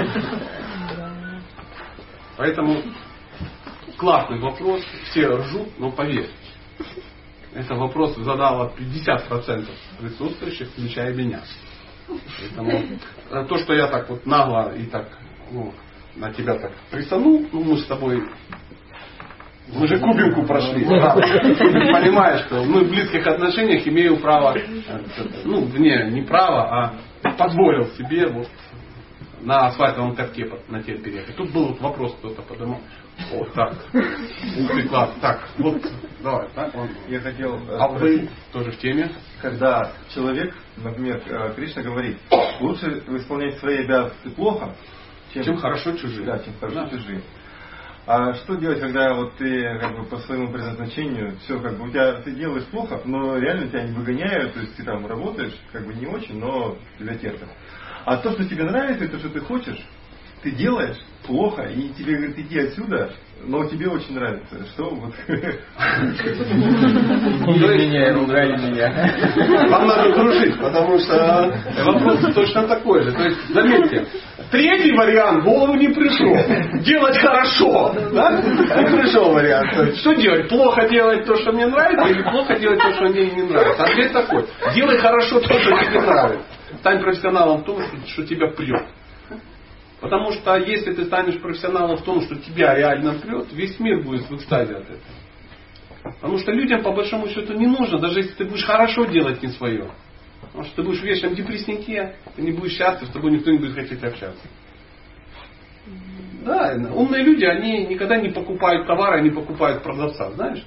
Поэтому классный вопрос, все ржут, но поверь, это вопрос задало пятьдесят процентов присутствующих, включая меня. Поэтому то, что я так вот нагло и так ну, на тебя так присанул, ну мы с тобой, мы же кубинку прошли. Да. Понимаешь, что мы в близких отношениях имею право, ну не, не право, а позволил себе вот на асфальтовом катке на тебе переехать. Тут был вот вопрос, кто-то подумал. О, так. Ух ты, класс. Так, вот, давай, так. Он. Я хотел... А вы тоже в теме? Когда человек, например, Кришна говорит, лучше исполнять свои обязанности плохо, чем, чем хорошо чужие. Да, чем хорошо да. чужие. А что делать, когда вот ты как бы по своему предназначению, все как бы у тебя ты делаешь плохо, но реально тебя не выгоняют, то есть ты там работаешь, как бы не очень, но тебя терпят. А то, что тебе нравится, и то, что ты хочешь, ты делаешь плохо, и тебе говорят, иди отсюда, но тебе очень нравится. Что вот? Или меня, ругали меня. Вам надо дружить, потому что вопрос точно такой же. То есть, заметьте, третий вариант в голову не пришел. Делать хорошо. Да? Не пришел вариант. То есть, что делать? Плохо делать то, что мне нравится, или плохо делать то, что мне не нравится? Ответ такой. Делай хорошо то, что тебе нравится. Стань профессионалом в том, что тебя прет. Потому что если ты станешь профессионалом в том, что тебя реально прет, весь мир будет в экстазе от этого. Потому что людям по большому счету не нужно, даже если ты будешь хорошо делать не свое. Потому что ты будешь в вечном депресснике, ты не будешь счастлив, с тобой никто не будет хотеть общаться. Да, умные люди, они никогда не покупают товары, они покупают продавца, знаешь?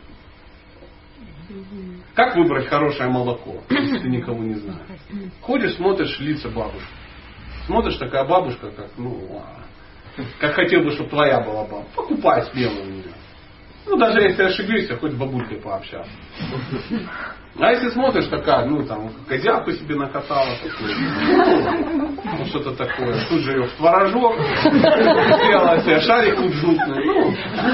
Как выбрать хорошее молоко, если ты никого не знаешь? Ходишь, смотришь лица бабушек. Смотришь, такая бабушка, как, ну, как хотел бы, чтобы твоя была баба. Покупай смело у нее. Ну, даже если ошибешься, хоть с бабулькой пообщаться. А если смотришь, такая, ну, там, козявку себе накатала, такую, ну, что-то такое, тут же ее в творожок, сделала себе шарик тут жутный, ну,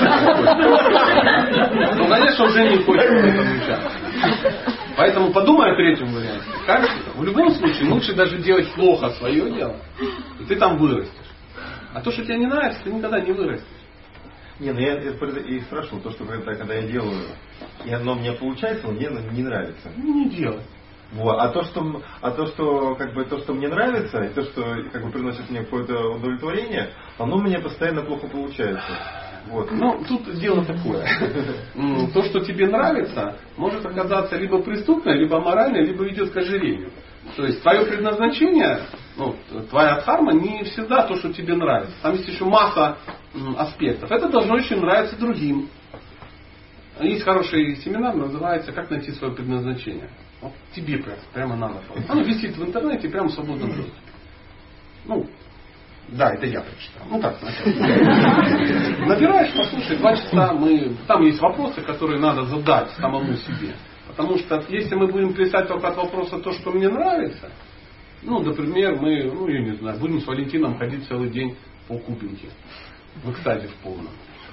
ну, конечно, уже не хочет в этом участвовать. Поэтому подумай о третьем варианте. Как? В любом случае, лучше даже делать плохо свое дело, и ты там вырастешь. А то, что тебе не нравится, ты никогда не вырастешь. Не, ну я и спрашивал, то, что когда, когда я делаю, и оно мне получается, но мне не нравится. Ну, не делай. Вот. А то, что, а то, что как бы то, что мне нравится, и то, что как бы приносит мне какое-то удовлетворение, оно у меня постоянно плохо получается. Вот. Ну, тут дело такое. То, что тебе нравится, может оказаться либо преступное, либо аморальное, либо ведет к ожирению. То есть твое предназначение, ну, твоя дхарма не всегда то, что тебе нравится. Там есть еще масса аспектов. Это должно очень нравиться другим. Есть хороший семинар, называется «Как найти свое предназначение». Вот тебе прямо, прямо надо. Оно висит в интернете прямо в свободном доступе. Ну, да, это я прочитал. Ну так, сначала. Набираешь, послушай, два часа мы... Там есть вопросы, которые надо задать самому себе. Потому что если мы будем писать только от вопроса то, что мне нравится, ну, например, мы, ну, я не знаю, будем с Валентином ходить целый день по Кубинке. В экстазе в полном.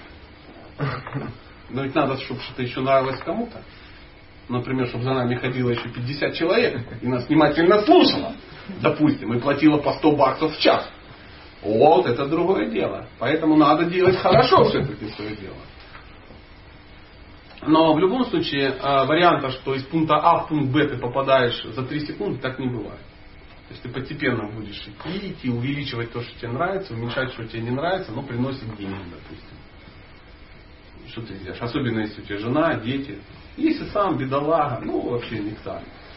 Но ведь надо, чтобы что-то еще нравилось кому-то. Например, чтобы за нами ходило еще пятьдесят человек и нас внимательно слушало, допустим, и платило по сто баксов в час. Вот, это другое дело. Поэтому надо делать хорошо все-таки свое дело. Но в любом случае варианта, что из пункта А в пункт Б ты попадаешь за три секунды, так не бывает. То есть ты постепенно будешь идти, идти, увеличивать то, что тебе нравится, уменьшать, что тебе не нравится, но приносит деньги, допустим. Что ты делаешь? Особенно если у тебя жена, дети. Если сам бедолага, ну вообще нектар.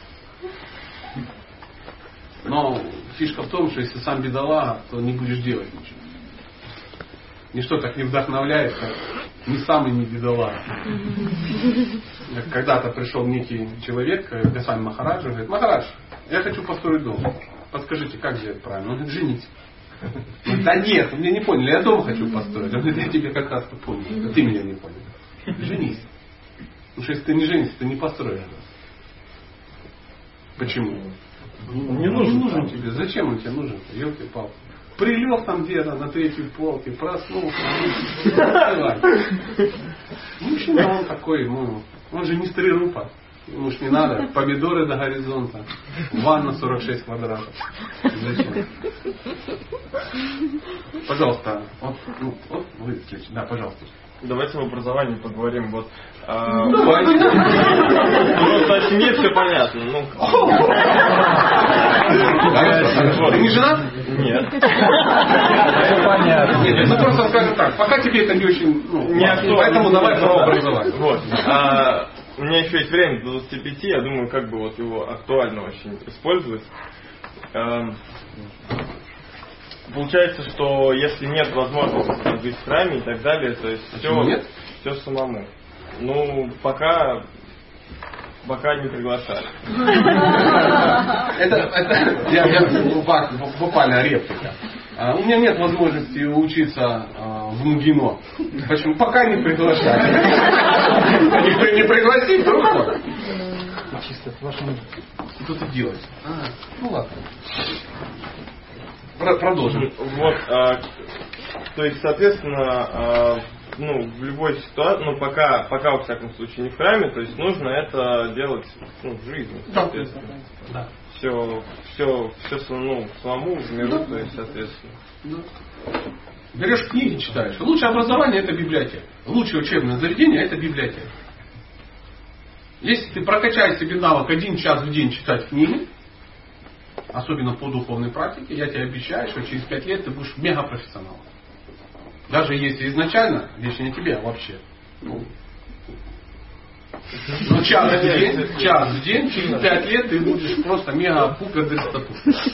Но фишка в том, что если сам бедолага, то не будешь делать ничего. Ничто так не вдохновляет, как ни сам и не бедолага. Когда-то пришел некий человек, Госвами Махараджа, говорит: Махарадж, я хочу построить дом. Подскажите, как сделать правильно? Он говорит: женить. Он говорит: да нет, вы меня не поняли, я дом хочу построить. Он говорит: я тебе как раз понял, а ты меня не понял. Женись. Потому что если ты не женишься, ты не построишь. Почему? Не нужен, нужен тебе. Зачем он тебе нужен? Елки-палки. Прилег там где-то на третьей полке, проснулся. Мужчина он такой, ну, он же не стрирупа. Ему ж не надо. Помидоры до горизонта. Ванна сорок шесть квадратов. Зачем? Пожалуйста. Вот, ну, вот вы следующий. Да, пожалуйста. Давайте в образовании поговорим. Вот, а... Давайте. Просто о семье все понятно. Ну... Ты не женат? Нет. Все понятно. Нет, ну просто скажем так, пока тебе это не очень, ну, не актуально, поэтому давай про образование. Вот. А, у меня еще есть время до двадцати пяти, я думаю, как бы вот его актуально очень использовать. А, получается, что если нет возможности жить в храме и так далее, то есть все, нет? все самому. Ну, пока пока не приглашали. Это, это я, я буквально реплика. У меня нет возможности учиться в МГИМО. Почему? Пока не приглашали. Никто не пригласит, вдруг. Чисто в вашем... Что-то делать. А, ну ладно. Продолжим. Вот, а, то есть, соответственно, а, ну, в любой ситуации, ну, пока, пока, во всяком случае, не в храме, то есть нужно это делать, ну, в жизни, соответственно. Да. Все, все, все, ну, самому в миру, да. То есть, соответственно. Да. Берешь книги, читаешь. Лучшее образование — это библиотека. Лучшее учебное заведение — это библиотека. Если ты прокачаешь себе навык один час в день читать книги, особенно по духовной практике, я тебе обещаю, что через пять лет ты будешь мегапрофессионалом. Даже если изначально, речь не о тебе, а вообще. Ну, Ну, час в день, час в день, через пять лет ты будешь просто мега-пупер дестату.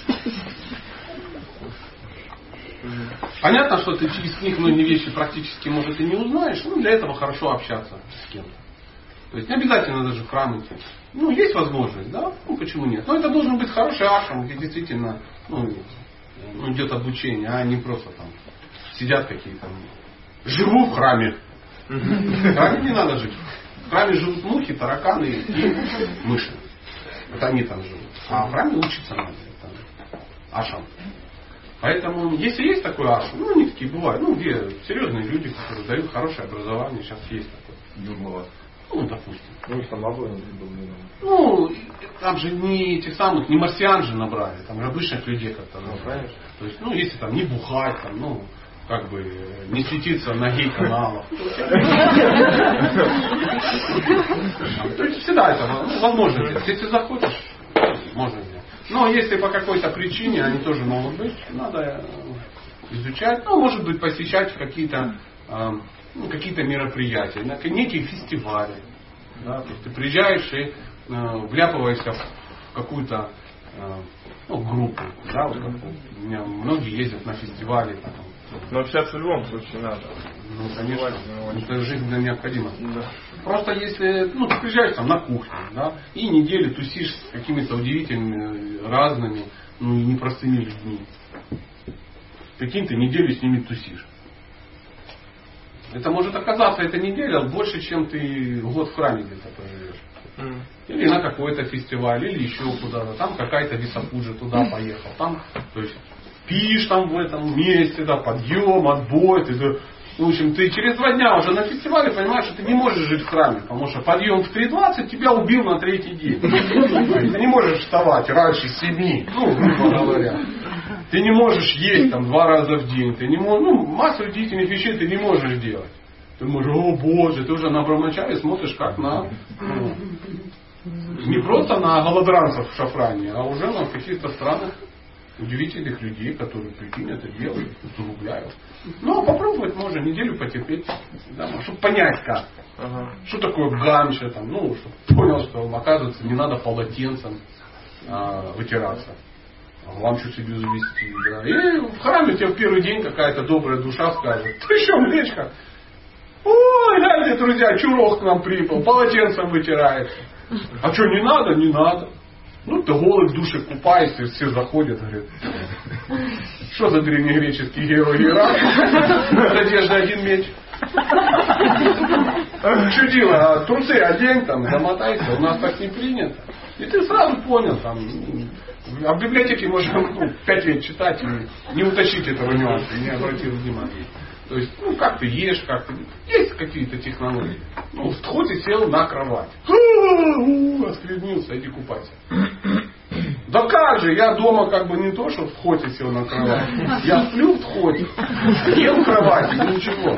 Понятно, что ты через них многие вещи практически, может, и не узнаешь, но для этого хорошо общаться с кем-то. То есть не обязательно даже в храм идти. Ну, есть возможность, да? Ну, почему нет? Но это должен быть хороший ашрам, где действительно ну, идет обучение, а не просто там сидят какие-то. Живу в храме. В храме не надо жить. В храме живут мухи, тараканы и мыши. Это они там живут. А в храме учиться надо. Это ашрам. Поэтому, если есть такой ашрам, ну, они такие бывают, ну, где серьезные люди, которые дают хорошее образование, сейчас есть такое. Думала. Ну, допустим. Ну, там обоим был. Ну, там же не этих самых, не марсиан же набрали, там же обычных людей как-то набрали. То есть, ну, если там не бухать, там, ну, как бы не светиться на гей-каналах. То есть всегда это возможно делать. Если захочешь, можно сделать. Но если по какой-то причине они тоже могут быть, надо изучать, ну, может быть, посещать какие-то ну, какие-то мероприятия, некие фестивали. Да? То есть ты приезжаешь и вляпываешься в какую-то ну, группу. Да? Вот, у меня многие ездят на фестивали. Там, но общаться в любом случае надо. Ну, конечно, это жизненно необходимо. Да. Просто если, ну, ты приезжаешь там на кухню, да, и неделю тусишь с какими-то удивительными, разными, ну, непростыми людьми. Прикинь, ты неделю с ними тусишь. Это может оказаться, эта неделя больше, чем ты год в храме где-то проживешь. Mm. Или на какой-то фестиваль, или еще куда-то. Там какая-то висапуджа туда поехал. Там, то есть, пишешь там в этом месте, да, подъем, отбой. Ты, да, в общем, ты через два дня уже на фестивале понимаешь, что ты не можешь жить в храме. Потому что подъем в три двадцать тебя убил на третий день. Ты не можешь вставать раньше семи, ну, грубо говоря. Ты не можешь есть там два раза в день. Ты не можешь, ну, массу удивительных вещей ты не можешь делать. Ты можешь, о боже, ты уже на Брахмачаре смотришь как на, ну, не просто на голодранцев в шафране, а уже на каких-то странных удивительных людей, которые, прикинь, это делают, усугубляют. Ну, попробовать можно, неделю потерпеть, да, чтобы понять как. Ага. Что такое гамча, там, ну, чтобы понял, что, оказывается, не надо полотенцем а, вытираться. Гамчу себе завести. Да. И в храме тебе в первый день какая-то добрая душа скажет, ты что, млечка? Ой, гляньте, друзья, чурок к нам припал, полотенцем вытирает. А что, не надо? Не надо. Ну, ты голый в душе купаешься, все заходят, говорят, что за древнегреческий герой Геракл? С одеждой один меч. Чудило, а трусы одень, там, замотайся, у нас так не принято. И ты сразу понял, там, а в библиотеке можно ну, пять лет читать и не утащить этого нюанса, не обратил внимания. То есть, ну, как ты ешь, как ты... Есть какие-то технологии. Ну, хоть и сел на кровать. Осквернился, иди купайся. Да как же, я дома как бы не то, что в хоте сел на кровать. Я сплю в хоте, ем в кровати, ничего.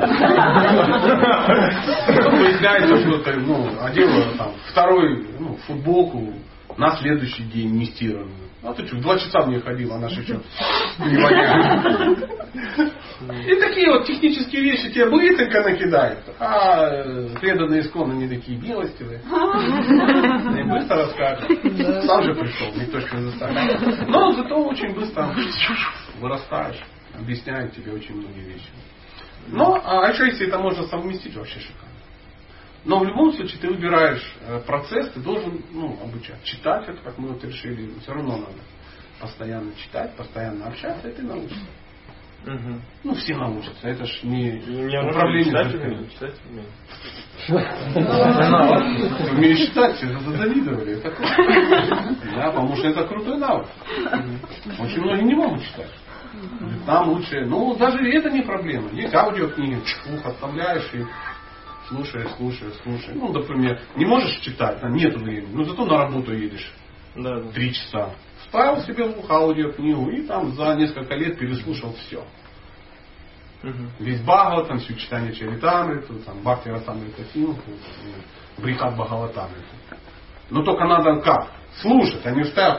Выясняется, что ты, ну, одела там второй, ну, футболку на следующий день не стиранную. А ты что, в два часа мне ходила, она же что, не воняет. И такие вот технические вещи тебе быстренько накидают. А преданные исконно не такие милостивые. И быстро расскажут. Сам же пришел, никто же не заставляет. Но зато очень быстро вырастаешь. Объясняют тебе очень многие вещи. Но, а еще если это можно совместить, вообще шикарно. Но в любом случае ты выбираешь процесс, ты должен ну, обучать. Читать это, как мы вот решили, все равно надо постоянно читать, постоянно общаться, и ты научишься. Угу. Ну, все научатся. Это ж не, не управление. Читать умею, читать умею. Умеешь читать, все завидовали. Это круто. Да, потому что это крутой навык. Очень многие не могут читать. Нам лучше, ну, даже это не проблема. Есть аудиокниги, ух, оставляешь и слушаешь, слушаешь, слушаешь. Ну, например, не можешь читать, нет времени, но зато на работу едешь. Да, да. Три часа. Вставил себе в ухо аудиокнигу и там за несколько лет переслушал все. Угу. Весь Бхагаватам, всю читание Чаритамриту, там, Бхакти Расамрита Синху, Брихат Бхагаватамриту. Но только надо как? Слушать, а не вставь.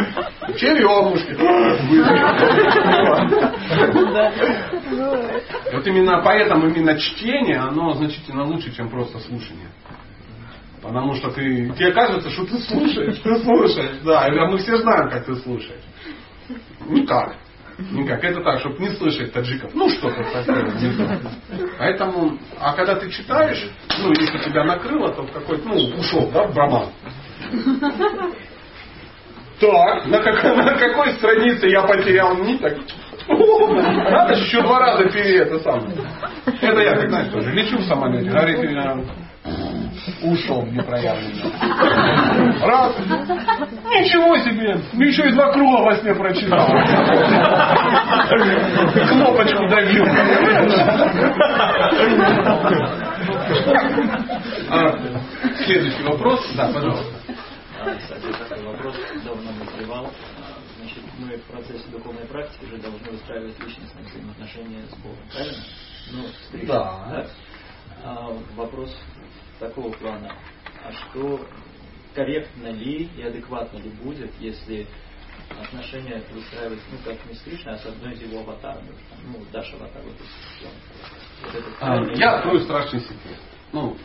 Черемушки. Вот именно поэтому именно чтение, оно значительно лучше, чем просто слушание. Потому что ты, тебе кажется, что ты слушаешь, ты слушаешь, да, а мы все знаем, как ты слушаешь. Никак. Никак. Это так, чтобы не слышать таджиков. Ну, что-то такое. Поэтому, а когда ты читаешь, ну, если тебя накрыло, то в какой-то, ну, ушел, да, в браман. Так, на какой, на какой странице я потерял нить? Так, надо еще два раза пере это самое. Это я, как знаешь, тоже лечу в самолете. Говорит, ушел непроявленно. Раз. Ничего себе. Еще и два круга во сне прочитал. Кнопочку давил. А, следующий вопрос. Да, пожалуйста. Кстати, такой вопрос давно назревал. Значит, мы в процессе духовной практики же должны выстраивать личностные взаимоотношения с Богом, правильно? Ну, с Кришной, да. да? А вопрос такого плана. А что корректно ли и адекватно ли будет, если отношения выстраивать, ну, как не с Кришной, а с одной из его аватаров? Ну, Даша аватар. Вот, вот а, я открою страшный секрет. Ну,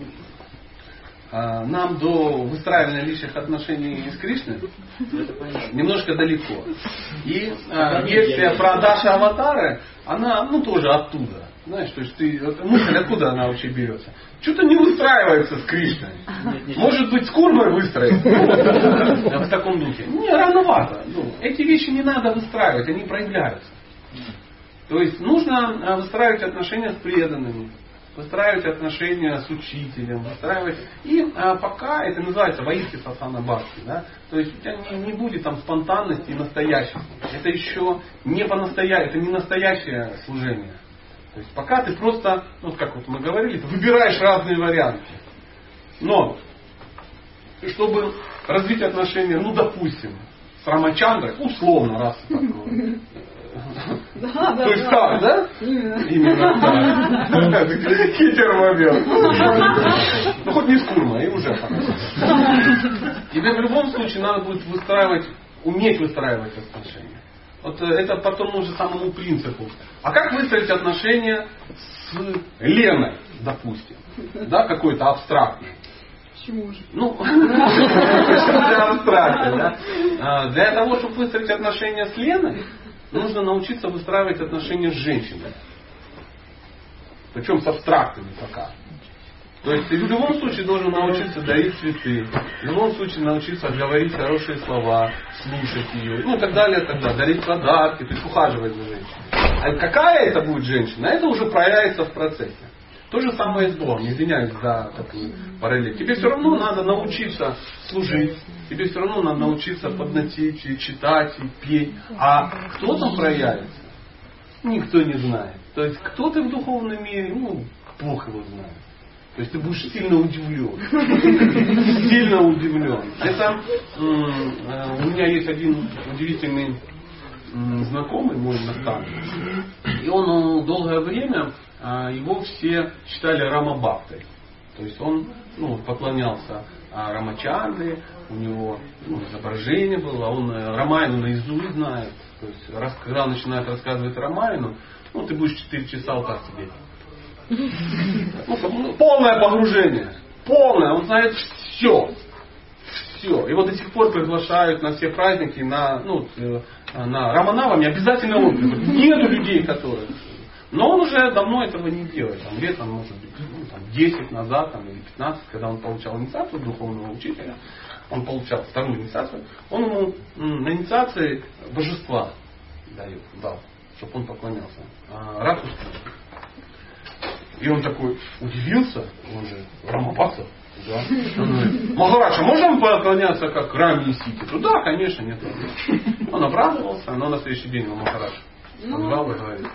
нам до выстраивания личных отношений с Кришной немножко далеко. И а, версия про Даши аватары, она, ну, тоже оттуда. Знаешь, то есть ты, вот, мысль откуда она вообще берется? Что-то не выстраивается с Кришной. Может быть, с Курмой выстроить? В таком духе. Не, рановато. Ну, эти вещи не надо выстраивать, они проявляются. То есть нужно выстраивать отношения с преданными. Выстраивать отношения с учителем, выстраивать. И а, пока это называется воистина сасана бхакти, да? То есть у тебя не, не будет там спонтанности и настоящести. Это еще не по настоящему, это не настоящее служение. То есть пока ты просто, ну как вот мы говорили, ты выбираешь разные варианты. Но чтобы развить отношения, ну допустим, с Рамачандрой, условно, раз такое. Да, да, То есть да. так, да? Именно так. Хитер момент. Ну хоть не с Курмой, и уже хорошо. Тебе в любом случае надо будет выстраивать, уметь выстраивать отношения. Вот это по тому же самому принципу. А как выстроить отношения с Леной, допустим? Да, какой-то абстрактный. Почему же? Ну, для абстракции, да? Для того, чтобы выстроить отношения с Леной, нужно научиться выстраивать отношения с женщиной. Причем с абстрактными пока. То есть ты в любом случае должен научиться дарить цветы. В любом случае научиться говорить хорошие слова, слушать ее. Ну и так далее, и так далее. Дарить подарки, то есть ухаживать за женщиной. А какая это будет женщина, это уже проявится в процессе. То же самое и с Богом. Извиняюсь за такую параллель. Тебе все равно надо научиться служить. Тебе все равно надо научиться подносить, и читать, и петь. А кто там проявится? Никто не знает. То есть кто ты в духовном мире? Ну, Бог его знает. То есть ты будешь сильно удивлен. Сильно удивлен. Это у меня есть один удивительный знакомый, мой наставник. И он долгое время его все считали Рама-бхактой. То есть он, ну, поклонялся Рамачандре, у него, ну, изображение было, он Рамайну наизусть знает. То есть раз, когда он начинает рассказывать Рамайну, ну ты будешь четыре часа вот так сидеть. Ну, полное погружение. Полное. Он знает все. Все. Его до сих пор приглашают на все праздники, на, ну, на Раманавами. Обязательно он приглашает. Нету людей, которые... Но он уже давно этого не делает. Там, лет, там, может быть, ну, там, десять назад там, или пятнадцать, когда он получал инициацию духовного учителя, он получал вторую инициацию, он ему на инициации божества дает, дал, чтобы он поклонялся. Радху. И он такой удивился, он же Рамабхакта. Да. Он говорит: Махарадж, можем поклоняться как Раме и Сите? Да, конечно, нет проблем. Он обрадовался, но на следующий день его Махарадж позвал и говорит: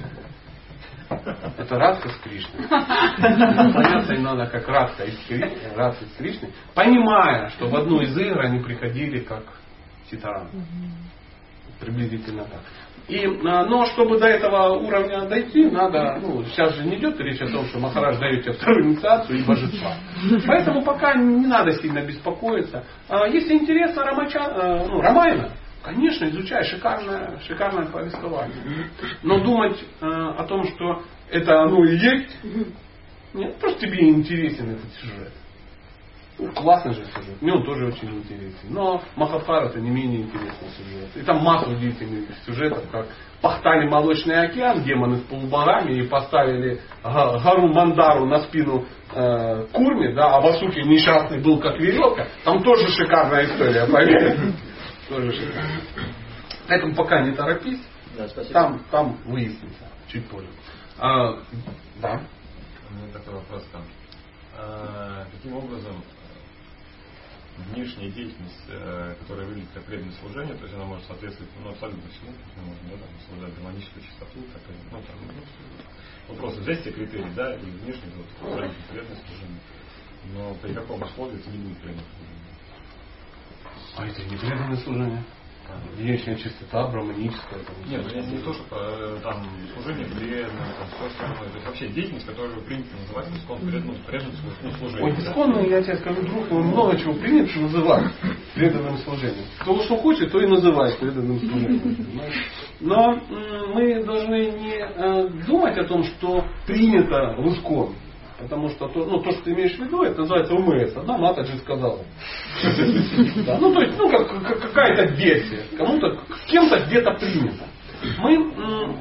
это Радха с Кришной. Поклоняться им надо как Радха из Кришны, понимая, что в одну из игр они приходили как Ситарам. Приблизительно так. И, но чтобы до этого уровня дойти, надо, ну, сейчас же не идет речь о том, что Махарадж дает тебе вторую инициацию и божества. Поэтому пока не надо сильно беспокоиться. Если интересно Рамача, ну, Рамайна, Конечно, изучай, шикарное, шикарное повествование. Но думать э, о том, что это оно и есть, нет, просто тебе интересен этот сюжет. Ну, классный же сюжет, мне он тоже очень интересен. Но Махабхарата не менее интересный сюжет. И там масса удивительных сюжетов, как пахтали молочный океан, демоны с полубогами, и поставили гору Мандару на спину э, Курми, да, а Васуки несчастный был как веревка. Там тоже шикарная история, поверьте. Тоже шикарно. Поэтому пока не торопись. Да, спасибо. Там, там выяснится чуть позже. А, да. У меня такой вопрос там. А, каким образом внешняя деятельность, которая выглядит как преданное служение, то есть она может соответствовать ну, абсолютно всему, мы можем да, там, соблюдать гармоническую чистоту, так и, ну, там, ну, просто взять те критерии, да, и внешне вот, абсолютно преданное служение. Но при каком условии это не будет преданное служение? А это не преданное служение. Внешняя чистота, браманическая. Нет, ну, не, не то, что э, там служение преданное, там все остальное. То есть вообще деятельность, которую принято называть искон преданным, преданным ну, служением. Ой, исконно, я тебе скажу, друг, ну, много чего принято называть преданным служением. Кто что хочет, то и называет преданным служением. Но м- мы должны не э, думать о том, что принято в искон. Потому что то, ну, то, что ты имеешь в виду, это называется ОМС. Одна Матаджи сказала. Да, ну, то есть, ну, как, как, какая-то версия. Кому-то, кем-то где-то принято. Мы... М-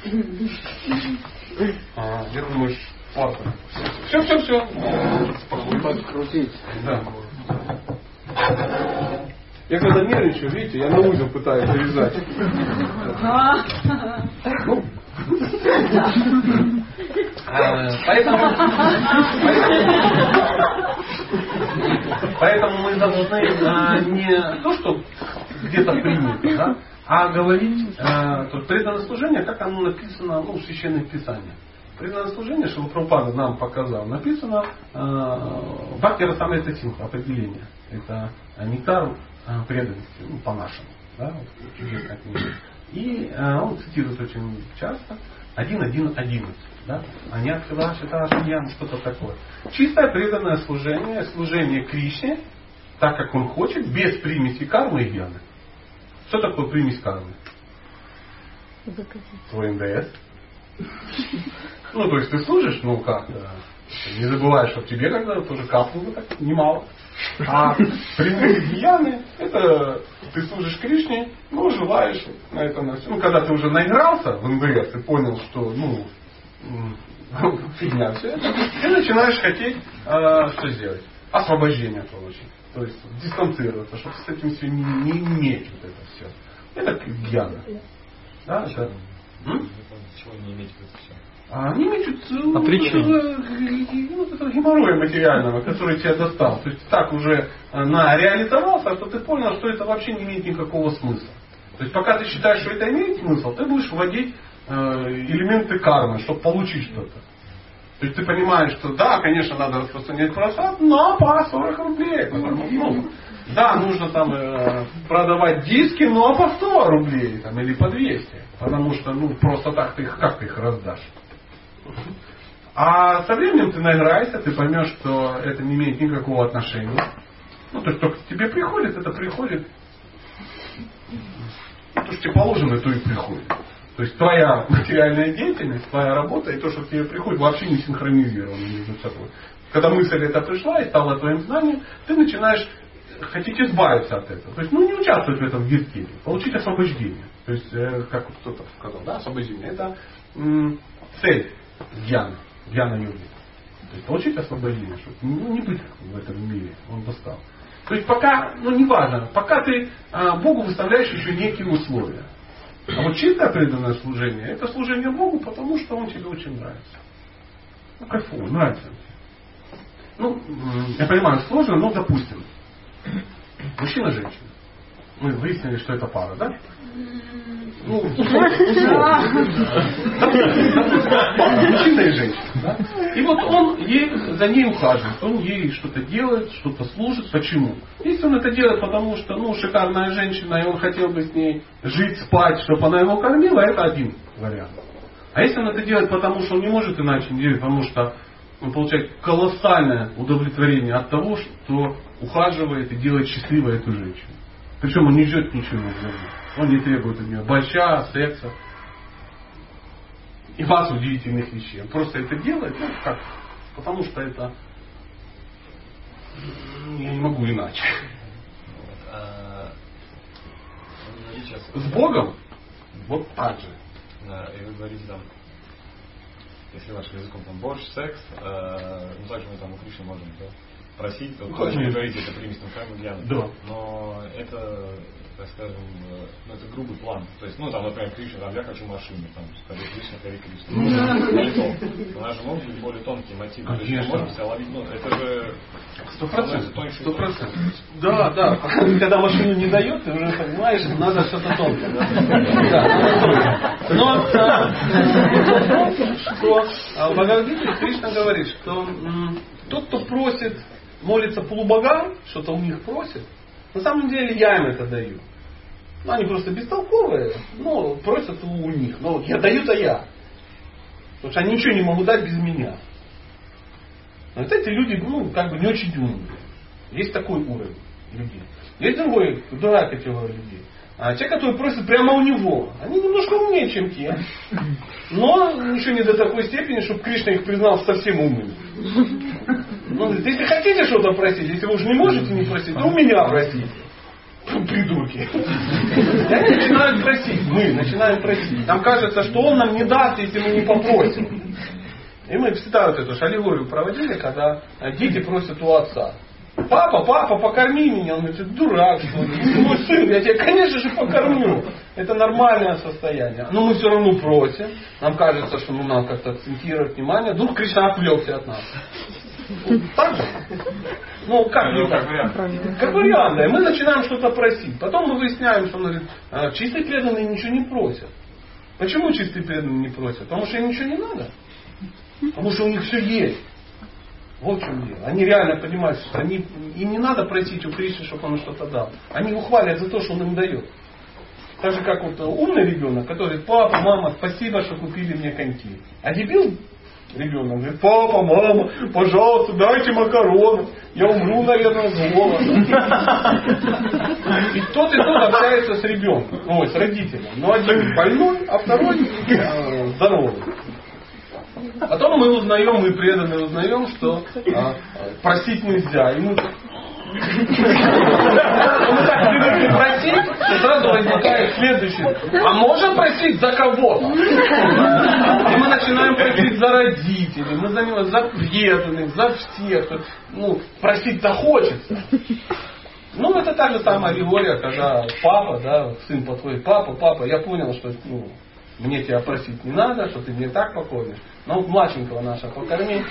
а, я думаю, парта. Все, все, все. Подкрутить. Да. Я когда нервничаю, видите, я на узел пытаюсь завязать. Ну, а, поэтому, поэтому мы должны а, не то, что где-то принято, да, а говорить а, тут преданное служение, как оно написано ну, в Священных Писаниях. Преданное служение, что Прабхупада нам показал, написано в Бхакти Расамрита Синха, определение. Это нектар а, преданности, ну, по-нашему. Да, вот, чудесная книга. И а, он цитирует очень часто один один одиннадцать. Да? Анят Кадашита Ашиньян, что-то такое. Чистое преданное служение, служение Кришне, так как он хочет, без примеси кармы и гьяны. Что такое примесь кармы? Твой эн дэ эс. Ну, то есть ты служишь, ну как, не забывай, что тебе когда-то тоже капнуло так немало. А примесь гьяны, это ты служишь Кришне, ну, желаешь на это на все. Ну, когда ты уже наигрался в эн дэ эс и понял, что, ну, фигня все это, ты начинаешь хотеть э, что сделать? Освобождение получить. То есть дистанцироваться, чтобы с этим все не, не иметь вот это все. Это гьяна. Да, это... Чего не иметь это все? А они имеют ну, этого геморроя материального, который тебя достал. То есть так уже на реализовался, что ты понял, что это вообще не имеет никакого смысла. То есть пока ты считаешь, что это имеет смысл, ты будешь вводить э, элементы кармы, чтобы получить что-то. То есть ты понимаешь, что да, конечно, надо распространять просад, но по сорок рублей. Потому, ну, да, нужно там э, продавать диски, но по сто рублей там, или по двести. Потому что ну, просто так ты их, как ты их раздашь? А со временем ты наиграешься, ты поймешь, что это не имеет никакого отношения. Ну, то есть только к тебе приходит, это приходит. То, что тебе положено, то и приходит. То есть твоя материальная деятельность, твоя работа и то, что к тебе приходит, вообще не синхронизированы между собой. Когда мысль эта пришла и стала твоим знанием, ты начинаешь хотеть избавиться от этого. То есть, ну, не участвовать в этом вертеле, получить освобождение. То есть, э, как кто-то сказал, да, освобождение. Это м- цель гьяны, гьяна-йоги. То есть, получить освобождение, чтобы ну, не быть в этом мире, он достал. То есть, пока, ну, не важно, пока ты а, Богу выставляешь еще некие условия. А вот чистое преданное служение, это служение Богу, потому что он тебе очень нравится. Ну, кайфово, нравится. Ну, я понимаю, сложно, но допустим. Мужчина-женщина. Мы выяснили, что это пара, да? Ну, условно. Пара, мужчина и женщина. Да? И вот он ей, за ней ухаживает, он ей что-то делает, что-то служит. Почему? Если он это делает, потому что, ну, шикарная женщина, и он хотел бы с ней жить, спать, чтобы она его кормила, это один вариант. А если он это делает, потому что он не может иначе делать, потому что он получает колоссальное удовлетворение от того, что ухаживает и делает счастливой эту женщину. Причем он не ждет ничего от любви. Он не требует от нее борща, секса и массу удивительных вещей. Он просто это делает, ну как, потому что это я не могу иначе. С Богом вот так же. Да, и вы говорите там, если вашим языком там борщ, секс, э, ну также мы там у Кришны можем, да, просить, то, то, что вы говорите, это примесь на камень гьяна. Да. Но это, так скажем, э, ну это грубый план. То есть, ну там, например, Кришна, там, я хочу машину, там, скажи Кришна, скажи Кришна. У нас же могут быть более тонкие мотивы. То есть мы можем себя ловить, ну это же Сто процентов. Сто процентов. Да, да. Когда машину не дает, ты уже понимаешь, надо что-то тонкое. Да, но что в Бхагавад-гите Кришна говорит, что тот, кто просит, молится полубогам, что-то у них просит, на самом деле я им это даю. Ну, они просто бестолковые, но просят у них. Но я даю-то я. Потому что они ничего не могут дать без меня. Но вот эти люди, ну, как бы не очень умные. Есть такой уровень людей. Есть другой, другая категория людей. А те, которые просят прямо у него, они немножко умнее, чем те. Но еще не до такой степени, чтобы Кришна их признал совсем умными. Он говорит, если хотите что-то просить, если вы уже не можете не просить, то у меня просите. Придурки. И они начинают просить. Мы начинаем просить. Нам кажется, что он нам не даст, если мы не попросим. И мы всегда вот эту аллегорию проводили, когда дети просят у отца. Папа, папа, покорми меня. Он говорит, ты дурак, что ли? Мой сын, я тебя, конечно же, покормлю. Это нормальное состояние. Но мы все равно просим. Нам кажется, что ну, надо как-то акцентировать внимание. Вдруг Кришна отвлекся от нас. Так же? Ну, как не так? Как вариант, да. И мы начинаем что-то просить. Потом мы выясняем, что он говорит, чистые преданные ничего не просят. Почему чистые преданные не просят? Потому что им ничего не надо. Потому что у них все есть. Вот в чем дело. Они реально понимают, что они, им не надо просить у Кришны, чтобы он что-то дал. Они его хвалят за то, что он им дает. Так же, как вот умный ребенок, который говорит, папа, мама, спасибо, что купили мне коньки. А дебил ребенок говорит, папа, мама, пожалуйста, дайте макаронов. Я умру, наверное, с голода. И тот и тот общается с ребенком, ой, с родителем. Но один больной, а второй э, здоровый. Потом мы узнаем, мы преданные узнаем, что а, просить нельзя. И мы, мы так привыкли просить, что сразу возникает следующее. А можно просить за кого-то? И мы начинаем просить за родителей, мы за него, за преданных, за всех. Ну, просить-то хочется. Ну, это та же самая аллегория, когда папа, да, сын подходит, папа, папа, я понял, что ну, мне тебя просить не надо, что ты мне так покормишь. Но вот младшенького нашего покорми.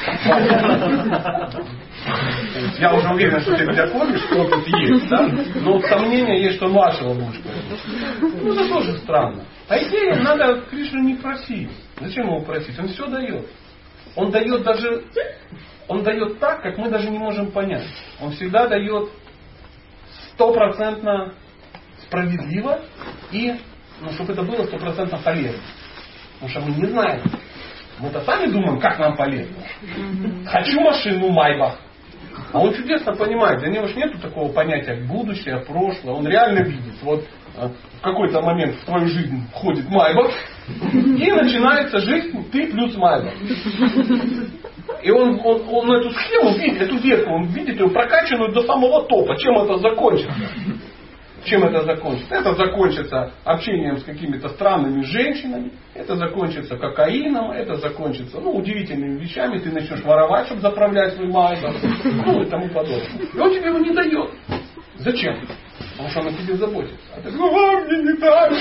Я уже уверен, что ты меня кормишь, кто тут есть, да? Но вот сомнение есть, что младшего будешь кормить. Ну, это тоже странно. По идее, надо Кришну не просить. Зачем его просить? Он все дает. Он дает даже, он дает так, как мы даже не можем понять. Он всегда дает стопроцентно справедливо и, ну, чтобы это было стопроцентно полезно. Потому что мы не знаем. Мы-то сами думаем, как нам полезно. Хочу машину Майбах. А он чудесно понимает. Для него же нету такого понятия будущее, прошлое. Он реально видит. Вот в какой-то момент в твою жизнь входит Майбах. И начинается жизнь ты плюс Майбах. И он, он, он эту схему видит, эту ветку, он видит ее прокачанную до самого топа. Чем это закончится? Чем это закончится? Это закончится общением с какими-то странными женщинами, это закончится кокаином, это закончится ну, удивительными вещами, ты начнешь воровать, чтобы заправлять свой майбах, ну и тому подобное. И он тебе его не дает. Зачем? Потому что он о тебе заботится. А ты ну, а, мне не так.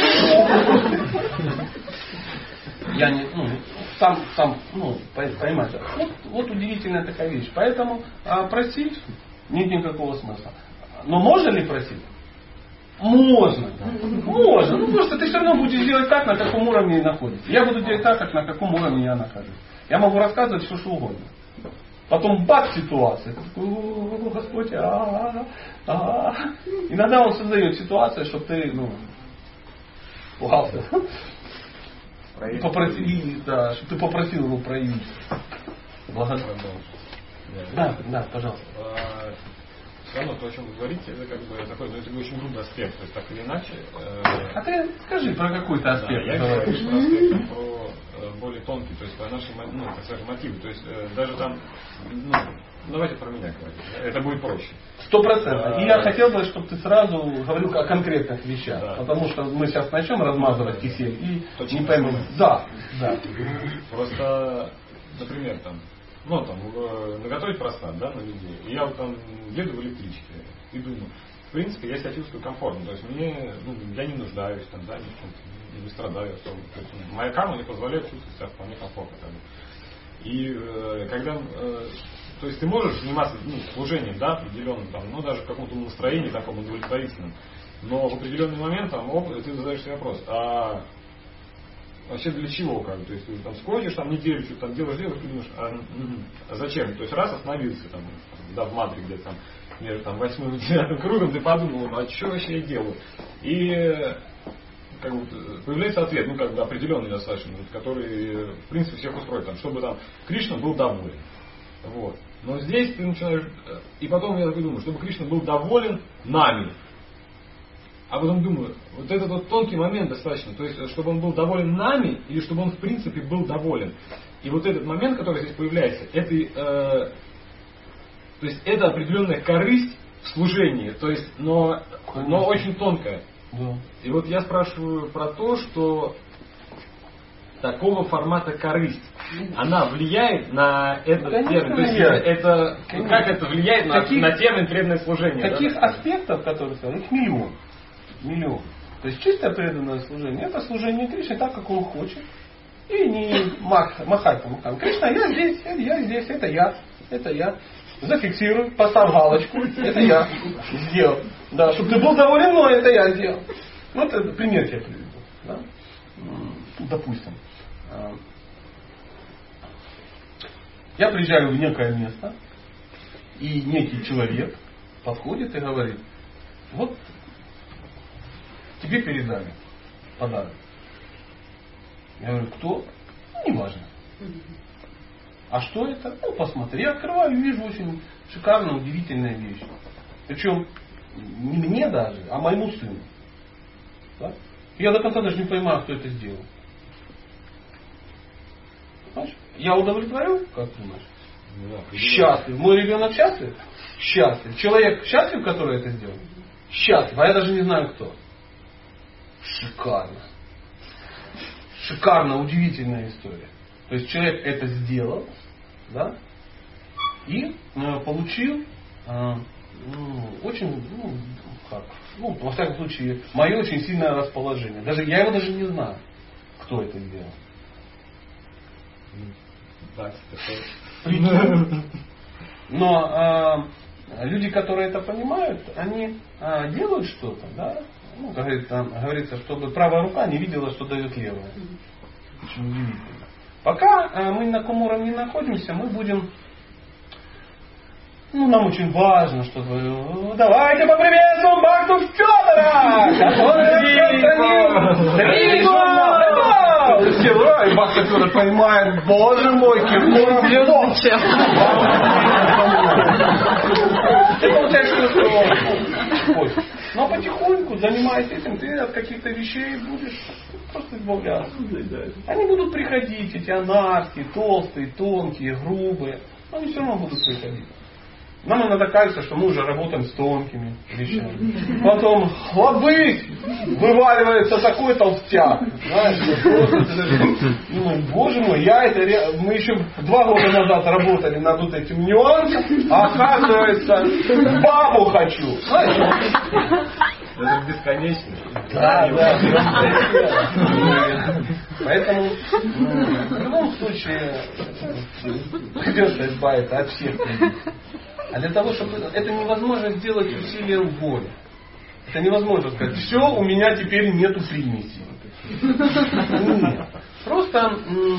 Я не, ну, сам, сам, ну, поймать. Вот, вот удивительная такая вещь. Поэтому а, просить нет никакого смысла. Но можно ли просить? Можно. Можно. Ну просто ты все равно будешь делать так, на каком уровне и находишься. Я буду делать так, как на каком уровне я нахожусь. Я могу рассказывать все, что угодно. Потом бац, ситуация. Ты такой, о, Господь, а, а. Иногда он создает ситуацию, чтобы ты, ну, пугался. И попроси, и, да, чтобы ты попросил его проявить. Благодарю. Да, да, пожалуйста. все равно то, о чем вы говорите, это как бы такой, ну, это очень грубый аспект, то есть так или иначе. Э, а ты скажи про какой-то аспект. Да, я говорю про аспект, про э, более тонкий, то есть про наши, ну, так скажем, мотивы. То есть э, даже там, ну, давайте про меня говорить, это будет проще. Сто процентов. И я хотел бы, чтобы ты сразу говорил о конкретных вещах, да. Потому что мы сейчас начнем размазывать кисель и точно не поймем. Да, да. Просто, например, там, ну, там, наготовить простат, да, на людей. И я вот там еду в электричке и думаю, в принципе, я себя чувствую комфортно. То есть мне, ну, я не нуждаюсь, там, да, не, не страдаю особо. То есть, моя карма не позволяет чувствовать себя вполне комфортно. Как бы. И э, когда, э, то есть ты можешь заниматься, ну, служением, да, определенным, там, ну, даже в каком-то настроении таком удовлетворительном. Но в определенный момент там, оп, ты задаешь себе вопрос, а вообще для чего, как бы, то есть ты там сходишь, там неделю что-то там делаешь, делаешь, думаешь, а, а зачем? То есть раз остановился там, да, в матре где-то там между там восьмым и девятым кругом, ты подумал, а что вообще я делаю? И как бы появляется ответ, ну как бы определенный достаточно, который в принципе всех устроит, там, чтобы там Кришна был доволен. Вот. Но здесь ты начинаешь, и потом я такой думаю, чтобы Кришна был доволен нами. А потом думаю, вот этот вот тонкий момент достаточно, то есть, чтобы он был доволен нами, или чтобы он в принципе был доволен. И вот этот момент, который здесь появляется, это, э, то есть, это определенная корысть в служении, то есть, но, но очень тонкая. Да. И вот я спрашиваю про то, что такого формата корысть, она влияет на этот Конечно, термин. То есть влияет. это, как это влияет на, Каких, на термин преданное служение? Таких да? аспектов, которые сказали, их миллион. Миллион. То есть чистое преданное служение, это служение Кришне так, как он хочет. И не мах, махать там, там. Кришна, я здесь, я здесь, это я, это я. Зафиксируй, поставь галочку, это я сделал. Да, чтобы ты был доволен мной, это я сделал. Вот это пример я приведу. Да? Допустим. Я приезжаю в некое место, и некий человек подходит и говорит, вот тебе передали подарок. Я говорю, кто? Ну, неважно. А что это? Ну, посмотри. Я открываю и вижу очень шикарная, удивительная вещь. Причем не мне даже, а моему сыну. Да? Я до конца даже не понимаю, кто это сделал. Понимаешь? Я удовлетворен, как думаешь? Да, счастлив. Мой ребенок счастлив? Счастлив. Человек счастлив, который это сделал? Счастлив. А я даже не знаю, кто. Шикарно. Шикарно, удивительная история. То есть человек это сделал, да, и э, получил э, ну, очень, ну, как, ну, во всяком случае, мое очень сильное расположение. Даже я его даже не знаю, кто это сделал. Да, но э, люди, которые это понимают, они э, делают что-то, да, ну, говорится, говорится, чтобы правая рука не видела, что дает левая. Очень удивительно. Пока э, мы на каком уровне находимся, мы будем, ну, нам очень важно, чтобы, ну, давайте поприветствуем Бхакту Федора! И Бхакта Федор понимает, боже мой, Киркоров Лев! Ты получаешь, что но потихоньку, занимаясь этим, ты от каких-то вещей будешь просто избавляться. Они будут приходить, эти анархии, толстые, тонкие, грубые. Но они все равно будут приходить. Нам иногда кажется, что мы уже работаем с тонкими вещами. Потом, хлобысь, вываливается такой толстяк. Знаешь, просто ты даже думаешь, боже мой, я это, мы еще два года назад работали над вот этим нюансом, а оказывается, бабу хочу. Знаешь? Это бесконечно. Да, да. Поэтому в любом случае придется избавиться от всех людей. А для того, чтобы это невозможно сделать усилием воли. Это невозможно сказать, все, у меня теперь нету примеси. Нет. Просто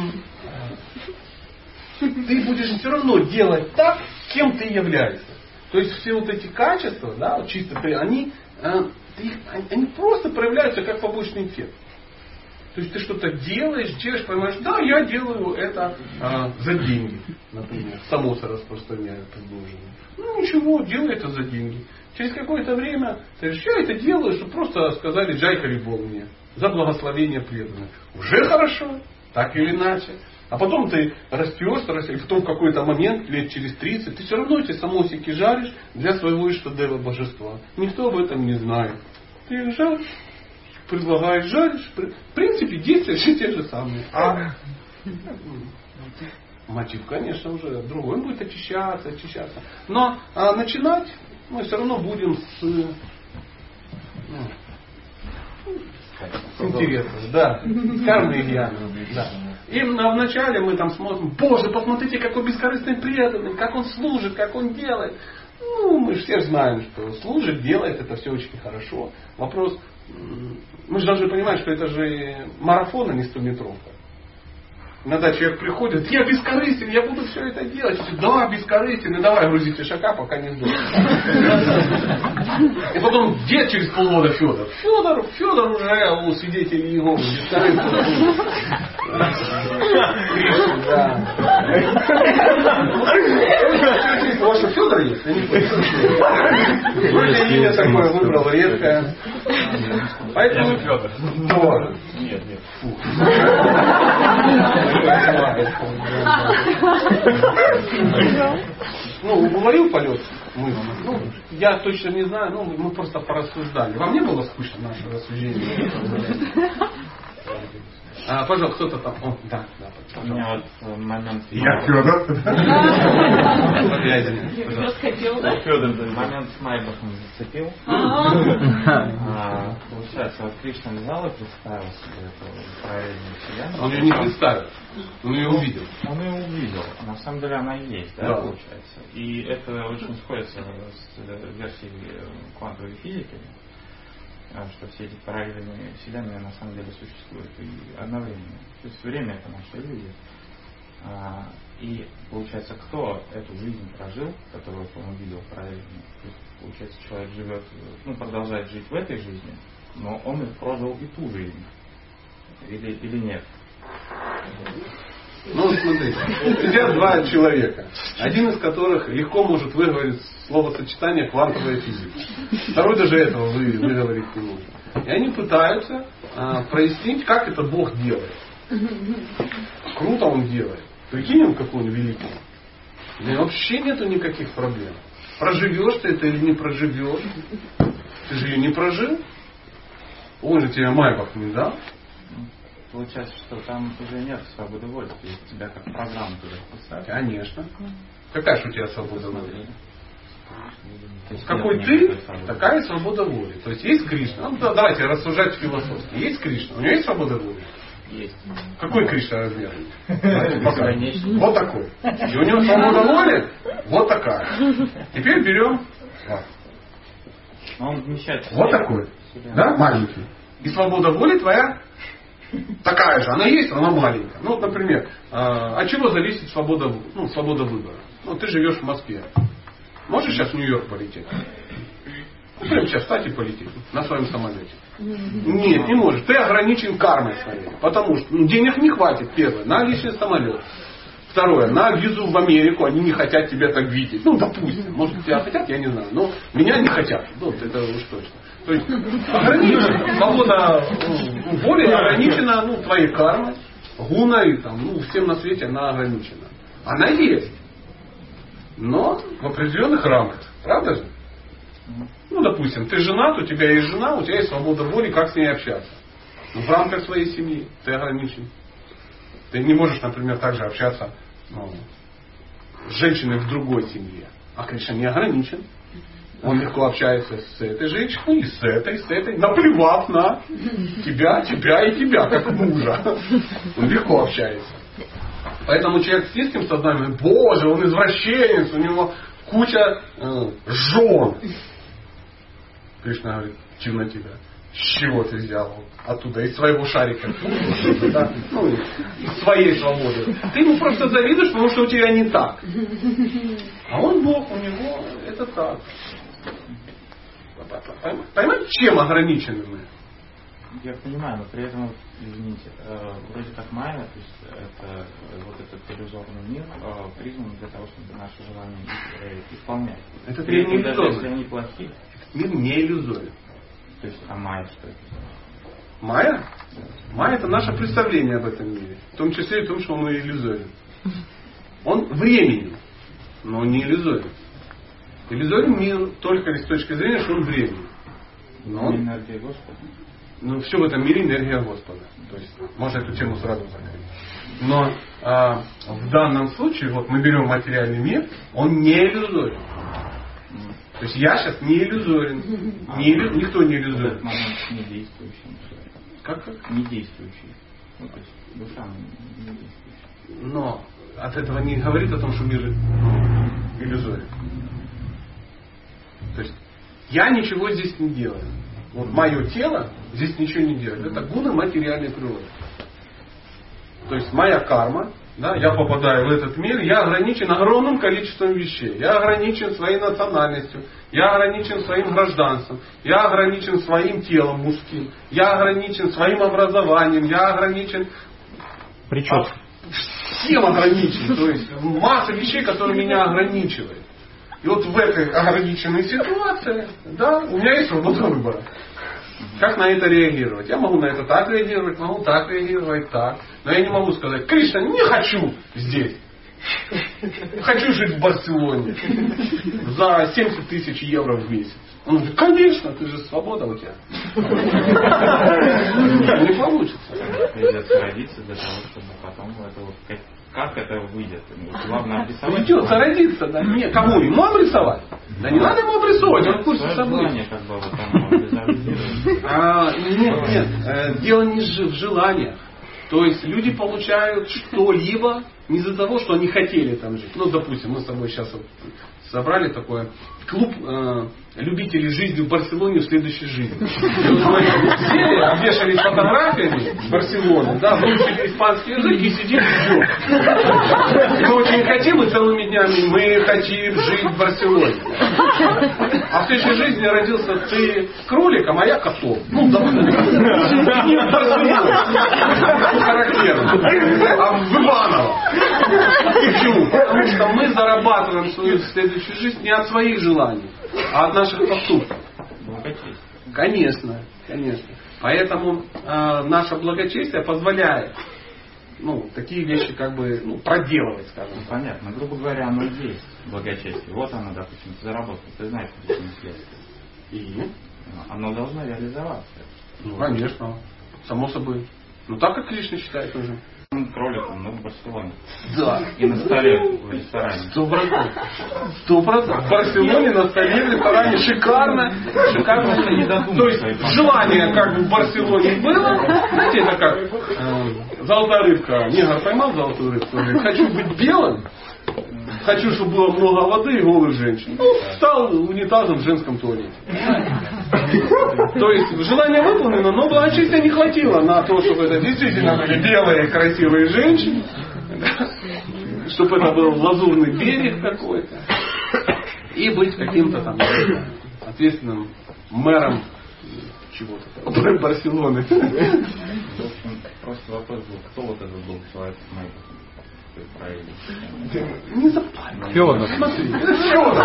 ты будешь все равно делать так, кем ты являешься. То есть все вот эти качества, да, вот чисто они, они просто проявляются как побочный эффект. То есть ты что-то делаешь, делаешь, понимаешь, да, я делаю это а, за деньги, например. Самосы распространяют предложение. Ну ничего, делай это за деньги. Через какое-то время ты говоришь, я это делаю, чтобы просто сказали джай харибол мне. За благословение преданных. Уже хорошо, так или иначе. А потом ты растешь, растешь, и потом в какой-то момент, лет через тридцать, ты все равно эти самосики жаришь для своего Иштадева божества. Никто об этом не знает. Ты их жаришь, предлагаешь, жаришь. В принципе, действия все те же самые. А мотив, конечно, уже другой. Он будет очищаться, очищаться. Но а, начинать мы все равно будем с... Ну, с интересом, да. С кармы и гьяны. Да. И вначале мы там смотрим, Боже, посмотрите, какой бескорыстный преданный, как он служит, как он делает. Ну, мы же все знаем, что служит, делает, это все очень хорошо. Вопрос, мы же должны понимать, что это же марафон, а не стометровка. Иногда человек приходит, я бескорыстен, я буду все это делать. Да, бескорыстен, и давай грузить ишака, пока не сдохнет. И потом дед через полгода Федор. Федор, Федор уже у свидетелей Иеговы бескорыстен. Да. У вас что, Федор есть? Вроде имя такое выбрал редкое. Поэтому Федор. Нет, нет. Ну, уловил полет мысли. Ну, я точно не знаю, ну, мы просто порассуждали. Вам не было скучно наше рассуждение? А, пожалуйста, кто-то там. О, да, да, у меня вот момент. Я Федор. Федор момент с Майбахом зацепил. Получается, вот Кришна взял и представил себе эту параллельную вселенную. Он ее не представил, он ее увидел. Он ее увидел. На самом деле она и есть, да, получается. И это очень сходится с версией квантовой физики, что все эти параллельные вселенные на самом деле существуют и одновременно. То есть время это наша иллюзия. И получается, кто эту жизнь прожил, которую он увидел параллельно, то есть, получается, человек живет, ну, продолжает жить в этой жизни, но он прожил и ту жизнь. Или, или нет? Ну, смотрите, сидят два человека, один из которых легко может выговорить словосочетание квантовая физика. Второй даже этого вы, выговорить не может. И они пытаются а, прояснить, как это Бог делает. Круто он делает. Прикинь, он какой он великий. И вообще нету никаких проблем. Проживешь ты это или не проживешь. Ты же ее не прожил. Он же тебе Майбах не дал. Получается, что там уже нет свободы воли. То есть тебя как программу туда поставили. Конечно. Какая же у тебя свобода воли? Какой ты, такая свобода воли. То есть есть Кришна. Ну, да, давайте рассуждать философски. Есть Кришна. У него есть свобода воли? Есть. Какой Кришна размер? Вот такой. И у него свобода воли вот такая. Теперь берем. Он вмещает. Вот такой. Да, маленький. И свобода воли твоя такая же. Она есть, она маленькая. Ну, вот, например, от чего зависит свобода, ну, свобода выбора? Ну, ты живешь в Москве. Можешь сейчас в Нью-Йорк полететь? Ну, прямо сейчас встать и полететь на своем самолете. Нет, не можешь. Ты ограничен кармой своей. Потому что ну, денег не хватит, первое, на личный самолет. Второе, на визу в Америку они не хотят тебя так видеть. Ну, допустим. Может, тебя хотят, я не знаю. Но меня не хотят. Ну, это уж точно. То есть ограничена. Свобода ну, воли ограничена ну, твоей кармой, гуной, там, ну, всем на свете она ограничена. Она есть. Но в определенных рамках. Правда же? Ну, допустим, ты женат, у тебя есть жена, у тебя есть свобода воли, как с ней общаться. Но в рамках своей семьи ты ограничен. Ты не можешь, например, также общаться ну, с женщиной в другой семье. А Кришна не ограничен. Он легко общается с этой женщиной, и с этой, и с этой, наплевав на тебя, тебя и тебя, как мужа. Он легко общается. Поэтому человек с низким сознанием, Боже, он извращенец, у него куча э, жен. Кришна говорит, чем на тебя? С чего ты взял? Оттуда, из своего шарика. Да? Ну, из своей свободы. Ты ему просто завидуешь, потому что у тебя не так. А он Бог, у него это так. Понимаете, чем ограничены мы? Я понимаю, но при этом, извините, э, вроде как майя, то есть это э, вот этот иллюзорный мир э, призван для того, чтобы наши желания э, исполнять. Этот При мир не этом, даже если иллюзорный. они плохие. Мир не иллюзорен. То есть, а майя что это? Майя? Майя — это наше представление об этом мире. В том числе и в том, что он и иллюзорен. Он временен, но он не иллюзорен. Иллюзорен мир только с точки зрения, что он временен. Но он, энергия Господа. ну, все в этом мире энергия Господа. То есть, можно эту тему сразу закрыть. Но а, в данном случае, вот мы берем материальный мир, он не иллюзорен. То есть я сейчас не иллюзорен. Не иллю... Никто не иллюзорен. Этот момент не действующий. Как как? Не действующий. Ну, то есть душа не действующая. Но от этого не говорит о том, что мир ну, иллюзорен. То есть я ничего здесь не делаю. Вот мое тело здесь ничего не делает. Это гуна материальной природы. То есть моя карма, да, я попадаю в этот мир, я ограничен огромным количеством вещей. Я ограничен своей национальностью, я ограничен своим гражданством, я ограничен своим телом мужским, я ограничен своим образованием, я ограничен... Причем? Всем ограничен. То есть масса вещей, которые меня ограничивают. И вот в этой ограниченной ситуации, да, у меня есть свобода выбора. Как на это реагировать? Я могу на это так реагировать, могу так реагировать, так. Но я не могу сказать: Кришна, не хочу здесь. Хочу жить в Барселоне за семьдесят тысяч евро в месяц. Он говорит: конечно, ты же свобода у тебя. Не получится. Придется родиться для того, чтобы потом это вот как, как это выйдет. Главное обрисовать. Придется родиться, да? Нет, кому? Ему обрисовать? Да не надо ему обрисовывать, он в курсе событий. Как бы, вот, там, а, нет, нет, э, дело не в желаниях. То есть люди получают что-либо не из-за того, что они хотели там жить. Ну, допустим, мы с тобой сейчас вот собрали такой клуб э, любителей жизни в Барселоне в следующей жизни. И вот мы сели, обвешались фотографиями Барселоны, да, выучили испанский язык и сидим и ждем. Мы очень хотим, и целыми днями мы хотим жить в Барселоне. А в следующей жизни родился ты кроликом, а я котом. Ну, допустим. Не в Барселоне. Характерно. А в Иваново. Почему? Потому что мы зарабатываем свою следующую жизнь не от своих желаний, а от наших поступков. Конечно, конечно. Поэтому э, наше благочестие позволяет ну, такие вещи как бы ну, проделывать, скажем. Ну, понятно. Грубо говоря, оно есть благочестие. Вот оно, допустим, ты заработал, ты знаешь, что это следствие. И? Оно должно реализоваться. Ну, конечно. Само собой. Ну, так как Кришна считает уже. Кроликом, но в Барселоне. Да. И на столе в ресторане. Сто процентов. Сто процентов. В Барселоне на столе в ресторане шикарно. Шикарно. Не То есть желание как бы в Барселоне было. Знаете, это как э, золотая рыбка. Негр поймал золотую рыбку. Говорит: хочу быть белым. Хочу, чтобы было много воды и голых женщин. Ну, стал унитазом в женском туалете. То есть желание выполнено, но благочестия не хватило на то, чтобы это действительно были белые красивые женщины. Чтобы это был лазурный берег какой-то. И быть каким-то там ответственным мэром чего-то. Барселоны. В общем, просто вопрос был, кто вот этот был человек в моей не запомни. Федор. Смотри, это Федор.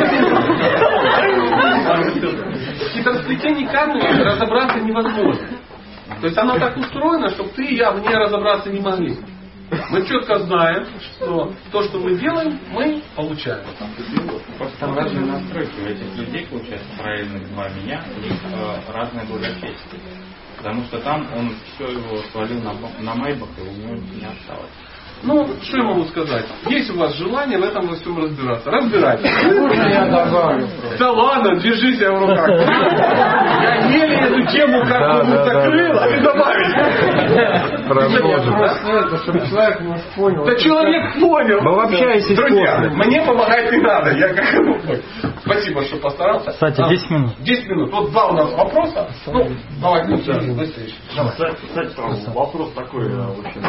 В хитросплетении кармы разобраться невозможно. То есть оно так устроено, чтобы ты и я в ней разобраться не могли. Мы четко знаем, что то, что мы делаем, мы получаем. Просто там разные настройки. У этих людей, получается, правильных два меня, у них э, разное благочестие. Потому что там он все его свалил на, на майбах, и у него не осталось. Ну, что я могу сказать? Есть у вас желание в этом во всем разбираться. Разбирайтесь. Я добавлю просто. Да ладно, держи себя в руках. Я еле эту тему как-то закрыл, а ты добавишь. Просто это, чтобы человек может понял. Да человек понял. Вы общаетесь Друзья, после. мне помогать не надо. Я как Спасибо, что постарался. Кстати, десять минут. десять минут. Вот два у нас вопроса. Ну, давай, ну, быстрее. Кстати, вопрос такой, в общем,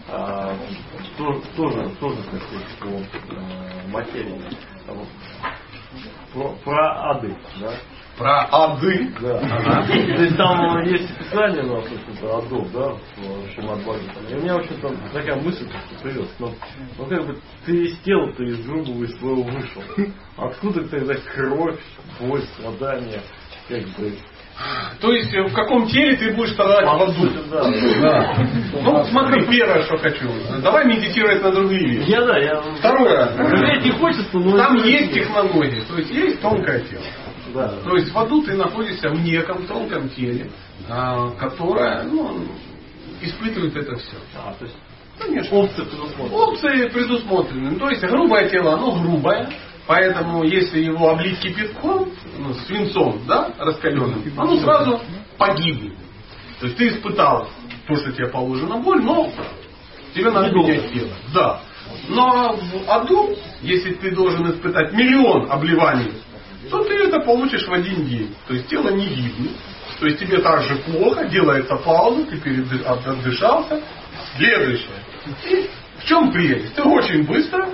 тоже, тоже, так сказать, по материи. Про, про ады, да? Про ады. Да. Ага. То есть там есть описание у нас, это адов, да, в Шримад Бхагаватам. И у меня вообще-то такая мысль появилась. Ну, ну как бы ты из тела, ты из грубого и своего вышел. Откуда тогда кровь, боль, страдания, как бы... То есть в каком теле ты будешь страдать в аду? Да. Да. Ну, смотри, первое, что хочу. Давай медитировать на другие вещи. Я да, я... Второе. Жалеть не хочется, но... Там есть технологии, то есть есть тонкое тело. Да. То есть в аду ты находишься в неком тонком теле, которое ну, испытывает это все. А, то есть конечно. Опции предусмотрены. Опции предусмотрены. То есть грубое тело, оно грубое. Поэтому если его облить кипятком, ну, свинцом, да, раскаленным, оно сразу погибнет. То есть ты испытал то, что тебе положено боль, но тебе надо менять тело. Да. Но в аду, если ты должен испытать миллион обливаний, то ты это получишь в один день. То есть тело не гибнет. То есть тебе так же плохо, делается пауза, ты перед... отдышался. Следующее. И в чем прелесть? Ты очень быстро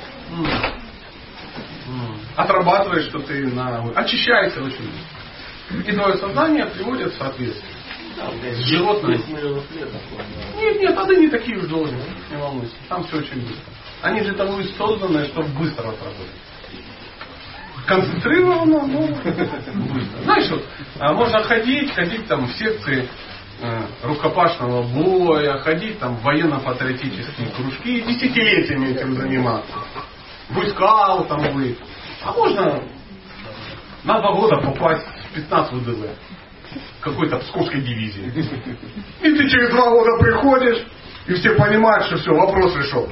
отрабатываешь, что ты на... очищаешься очень быстро. И твое сознание приводит в соответствие. Животное. Нет, нет, ады не такие уж долгие, не волнуйся. Там все очень быстро. Они же того и созданы, чтобы быстро отработать. Концентрированно, но быстро. Знаешь, вот, можно ходить, ходить там в секции э, рукопашного боя, ходить там в военно-патриотические кружки, десятилетиями этим заниматься. Бойскаутом быть. А можно на два года попасть в спецназ ВДВ какой-то псковской дивизии. И ты через два года приходишь, и все понимают, что все, вопрос решен.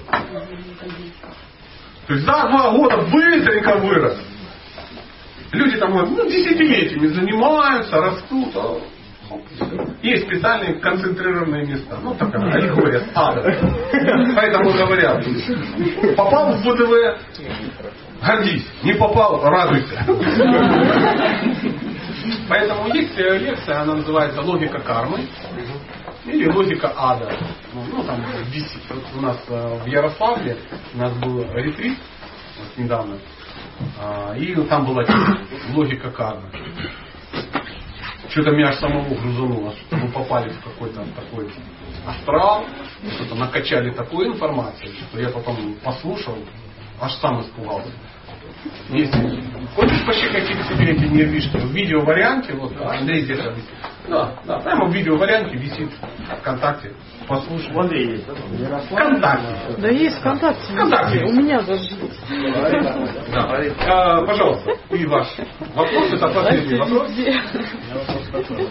То есть за два года быстренько вырос. Люди там ну, десятилетиями занимаются, растут. А... Есть специальные концентрированные места. Ну, такая аллегория с адом. Поэтому говорят, попал в ВДВ, гордись. Не попал, радуйся. Поэтому есть лекция, она называется «Логика кармы» или «Логика ада». Ну, ну там висит. Вот у нас в Ярославле у нас был ретрит вот, недавно. И там была логика кармы. Что-то меня аж самого грузануло, что мы попали в какой-то такой астрал, что-то накачали такой информацией, что я потом послушал, аж сам испугался. Если хочешь пощекотить себе эти нервишки, в видео-варианте, вот Андрей здесь висит. Да, да, прямо в видео-варианте висит ВКонтакте. Послушай. В Андрее есть, да? ВКонтакте. Да есть ВКонтакте. ВКонтакте. У меня даже есть. Да. А, пожалуйста, и ваш вопрос, это последний вопрос. вопрос такой.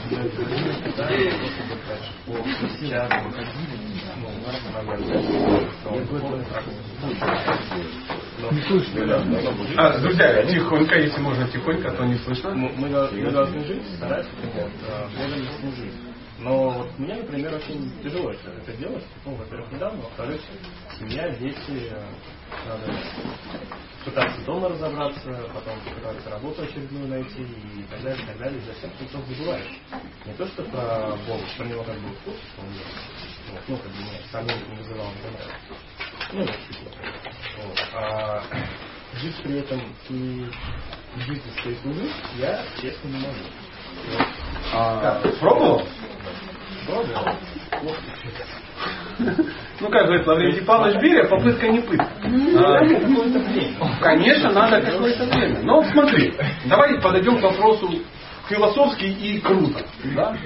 Не слышно. А, друзья, тихонько, если можно тихонько, а то не слышно. Мы, мы должны жить, стараться, например, преданностью жить. Но вот мне, например, очень тяжело это, это делать. Ну, во-первых, недавно, во-вторых, семья, дети, надо пытаться дома разобраться, потом пытаться работу очередную найти и так далее, и так далее. И за всех концов забываешь. Не то, что про Бога, про него как бы в курсе, что он есть. Вот, ну, как бы меня сомнений не вызывал, не понравилось. Ну, вот. А жить при этом и жизнь своей служить я, честно, не могу. Вот. А, пробовал? Пробовал. Ну, как говорит Лаврентий Павлович Берия, попытка не пытка. А, конечно, надо какое-то время. Но вот смотри, давай подойдем к вопросу философски и круто. Да?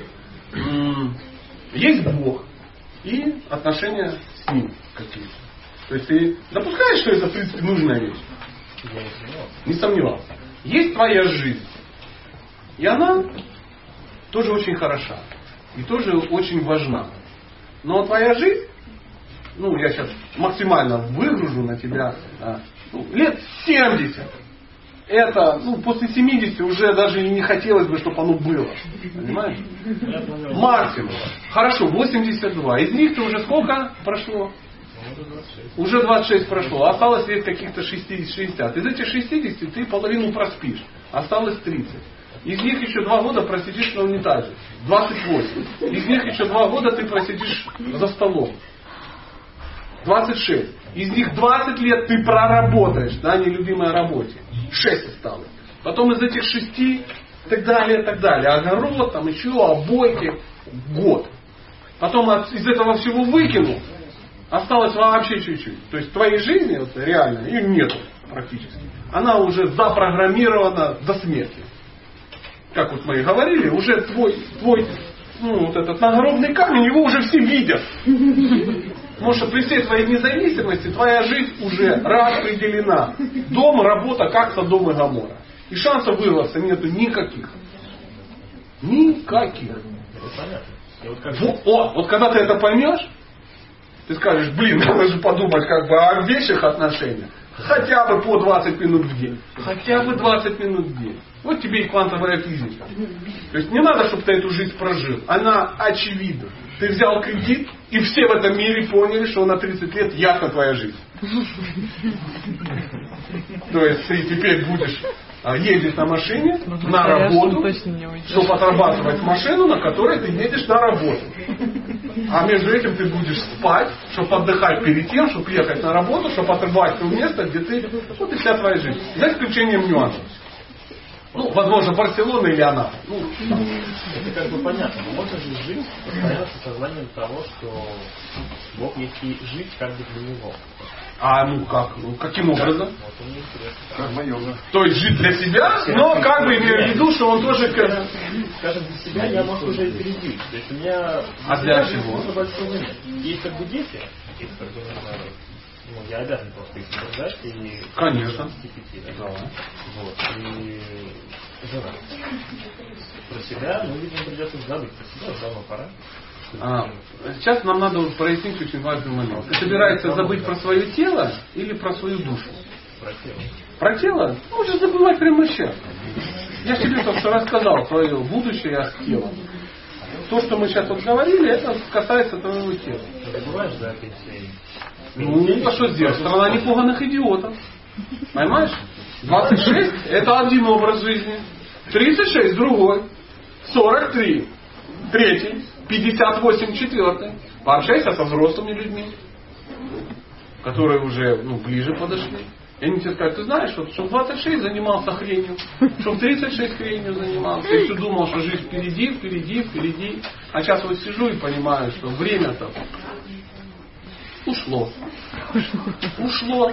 Есть Бог и отношения с Ним какие-то. То есть ты допускаешь, что это в принципе нужная вещь? Я не сомневался. Не сомневался. Есть твоя жизнь. И она тоже очень хороша. И тоже очень важна. Но твоя жизнь, ну я сейчас максимально выгружу на тебя, ну, лет семьдесят. Это, ну, после семидесяти уже даже и не хотелось бы, чтобы оно было. Понимаешь? Максимум. Хорошо, восемьдесят два. Из них ты уже сколько прошло? Уже двадцать шесть прошло. Осталось лет каких-то шестьдесят-шестьдесят. Из этих шестидесяти ты половину проспишь. Осталось тридцать. Из них еще два года просидишь на унитазе. двадцать восемь. Из них еще два года ты просидишь за столом. двадцать шесть. Из них двадцать лет ты проработаешь на нелюбимой работе. шесть осталось. Потом из этих шести и так далее, и так далее. Огород, там еще, обойки. Год. Потом от, из этого всего выкинул. Осталось вообще чуть-чуть. То есть в твоей жизни вот, реально ее нету практически. Она уже запрограммирована до смерти. Как вот мы и говорили, уже твой, твой ну, вот этот надгробный камень, его уже все видят. Потому что при всей твоей независимости твоя жизнь уже распределена. Дом, работа, как Содом и Гоморра. И шансов вырваться нету никаких. Никаких. Вот, о, вот когда ты это поймешь, ты скажешь, блин, надо же подумать как бы о вещих отношениях. Хотя бы по двадцать минут в день. Хотя бы двадцать минут в день. Вот тебе и квантовая физика. То есть не надо, чтобы ты эту жизнь прожил. Она очевидна. Ты взял кредит, и все в этом мире поняли, что на тридцать лет ясна твоя жизнь. То есть ты теперь будешь ездить на машине на работу, чтобы отрабатывать машину, на которой ты едешь на работу. А между этим ты будешь спать, чтобы отдыхать перед тем, чтобы ехать на работу, чтобы отрабатывать то место, где ты... Вот и вся твоя жизнь. За исключением нюансов. Ну, возможно, Барселона или она. Ну, это как бы понятно, но можно же жить постоянно с осознанием того, что Бог есть и жить как бы для Него. А ну как? Ну, каким образом? Вот он мне интересно. Как йога. То есть жить для себя, но как бы имея в виду, что он тоже... Скажем, для себя я могу уже и пережить. То есть у меня... А для чего? Есть как бы дети, есть как бы, ну, я обязан просто их соблюдать и... Конечно. Да. Вот. И жена. Про себя, ну, видимо, придется забыть про себя, уже давно пора. А, сейчас нам надо прояснить очень важный момент. Ты собираешься забыть про свое тело или про свою душу? Про тело. Про тело? Можешь забывать прямо сейчас. Я тебе только что рассказал свое будущее с телом. То, что мы сейчас вот говорили, это касается твоего тела. Ты забываешь за пенсией? Ну, а что сделать? Страна непуганных идиотов. Понимаешь? двадцать шесть это один образ жизни. тридцать шесть другой. сорок три третий. пятьдесят восемь четвертый. Пообщайся со взрослыми людьми, которые уже ну, ближе подошли. И они тебе скажут, ты знаешь, вот, что в двадцать шесть занимался хренью, что в тридцать шесть хренью занимался. И все думал, что жизнь впереди, впереди, впереди. А сейчас вот сижу и понимаю, что время-то ушло. Ушло.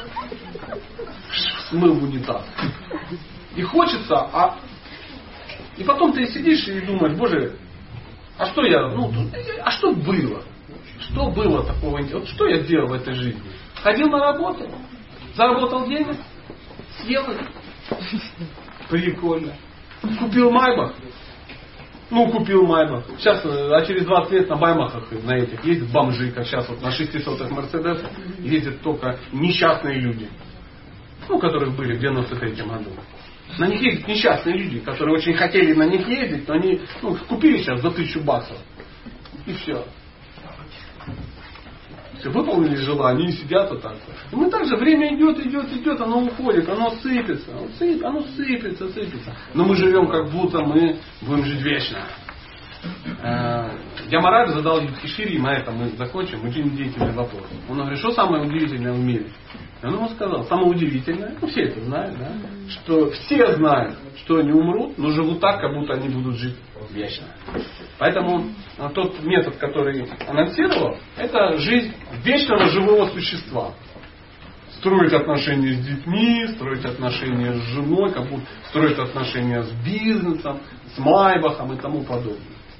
Смыл в унитаз. И хочется, а... И потом ты сидишь и думаешь, боже, а что я, ну, а что было? Что было такого интересного? Вот что я делал в этой жизни? Ходил на работу, заработал денег, съел их. Прикольно. Купил Майбах. Ну, купил Майбах. Сейчас, а через двадцать лет на Баймахах, на этих, ездят бомжи, как сейчас вот на шестисотых Мерседесах ездят только несчастные люди. Ну, которых были в девяносто третьем году. На них ездят несчастные люди, которые очень хотели на них ездить, но они ну, купили сейчас за тысячу баксов. И все. Все, выполнили желание и сидят вот так. И мы также, время идет, идет, идет, оно уходит, оно сыпется, оно сыпется, оно сыпется, сыпется. Но мы живем как будто мы будем жить вечно. Ямарадж задал Юдхишире, и на этом мы закончим, очень удивительный вопрос. Он говорит, что самое удивительное в мире? И он ему сказал, самое удивительное, ну все это знают, да, что все знают, что они умрут, но живут так, как будто они будут жить вечно. Поэтому тот метод, который анонсировал, это жизнь вечного живого существа. Строить отношения с детьми, строить отношения с женой, как будто строить отношения с бизнесом, с Майбахом и тому подобное.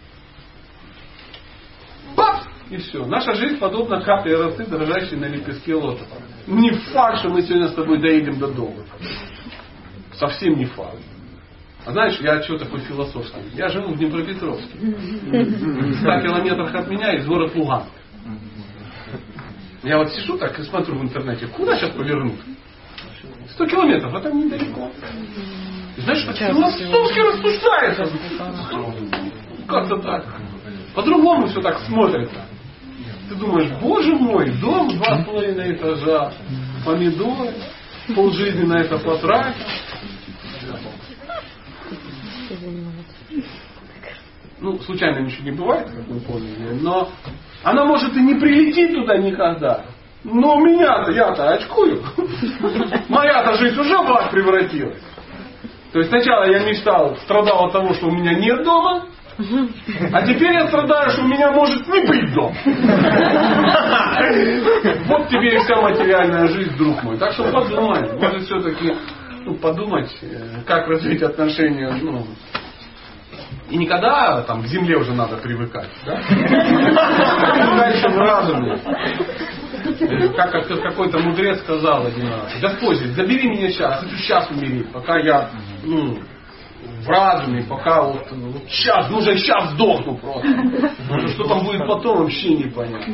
Бац! И все. Наша жизнь подобна капле росы, дрожащей на лепестке лотоса. Не факт, что мы сегодня с тобой доедем до дома. Совсем не факт. А знаешь, я что такой философский? Я живу в Днепропетровске. В ста километрах от меня есть город Луганск. Я вот сижу так и смотрю в интернете, куда сейчас повернуть? Сто километров, а там недалеко. И знаешь, что философски рассуждается. Как-то так. По-другому все так смотрится. Ты думаешь, боже мой, дом два с половиной этажа, помидоры, полжизни на это потратил. Ну, случайно ничего не бывает, как вы поняли, но она может и не прилетит туда никогда. Но у меня-то, я-то очкую. Моя-то жизнь уже в ад превратилась. То есть сначала я мечтал, страдал от того, что у меня нет дома, а теперь я страдаю, что у меня может не быть дома. Вот тебе и вся материальная жизнь, друг мой. Так что подумай, может все-таки ну, подумать, как развить отношения. Ну, и никогда там к земле уже надо привыкать. Да? Дальше в разуме. Как, как какой-то мудрец сказал один раз: Господь, забери меня сейчас, хочу сейчас умереть, пока я ну, в разуме, пока вот, вот сейчас, ну уже сейчас сдохну просто. Что там будет потом, вообще непонятно.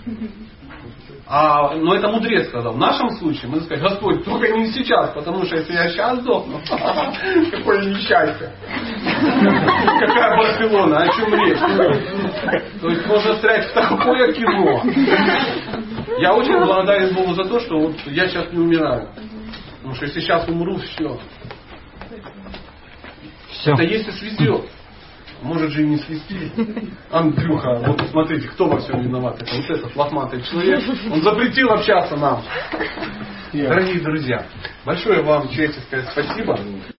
А, но это мудрец сказал. В нашем случае мы сказать: Господь, только не сейчас, потому что если я сейчас сдохну, какое несчастье. Какая Барселона, о чем речь? То есть можно стрять в такое кино. Я очень благодарен Богу за то, что вот я сейчас не умираю. Потому что если сейчас умру, все. Все. Это если свезет. Может же и не свести. Андрюха, вот смотрите, кто во всем виноват. Это вот этот лохматый человек. Он запретил общаться нам. Дорогие друзья, большое вам человеческое спасибо.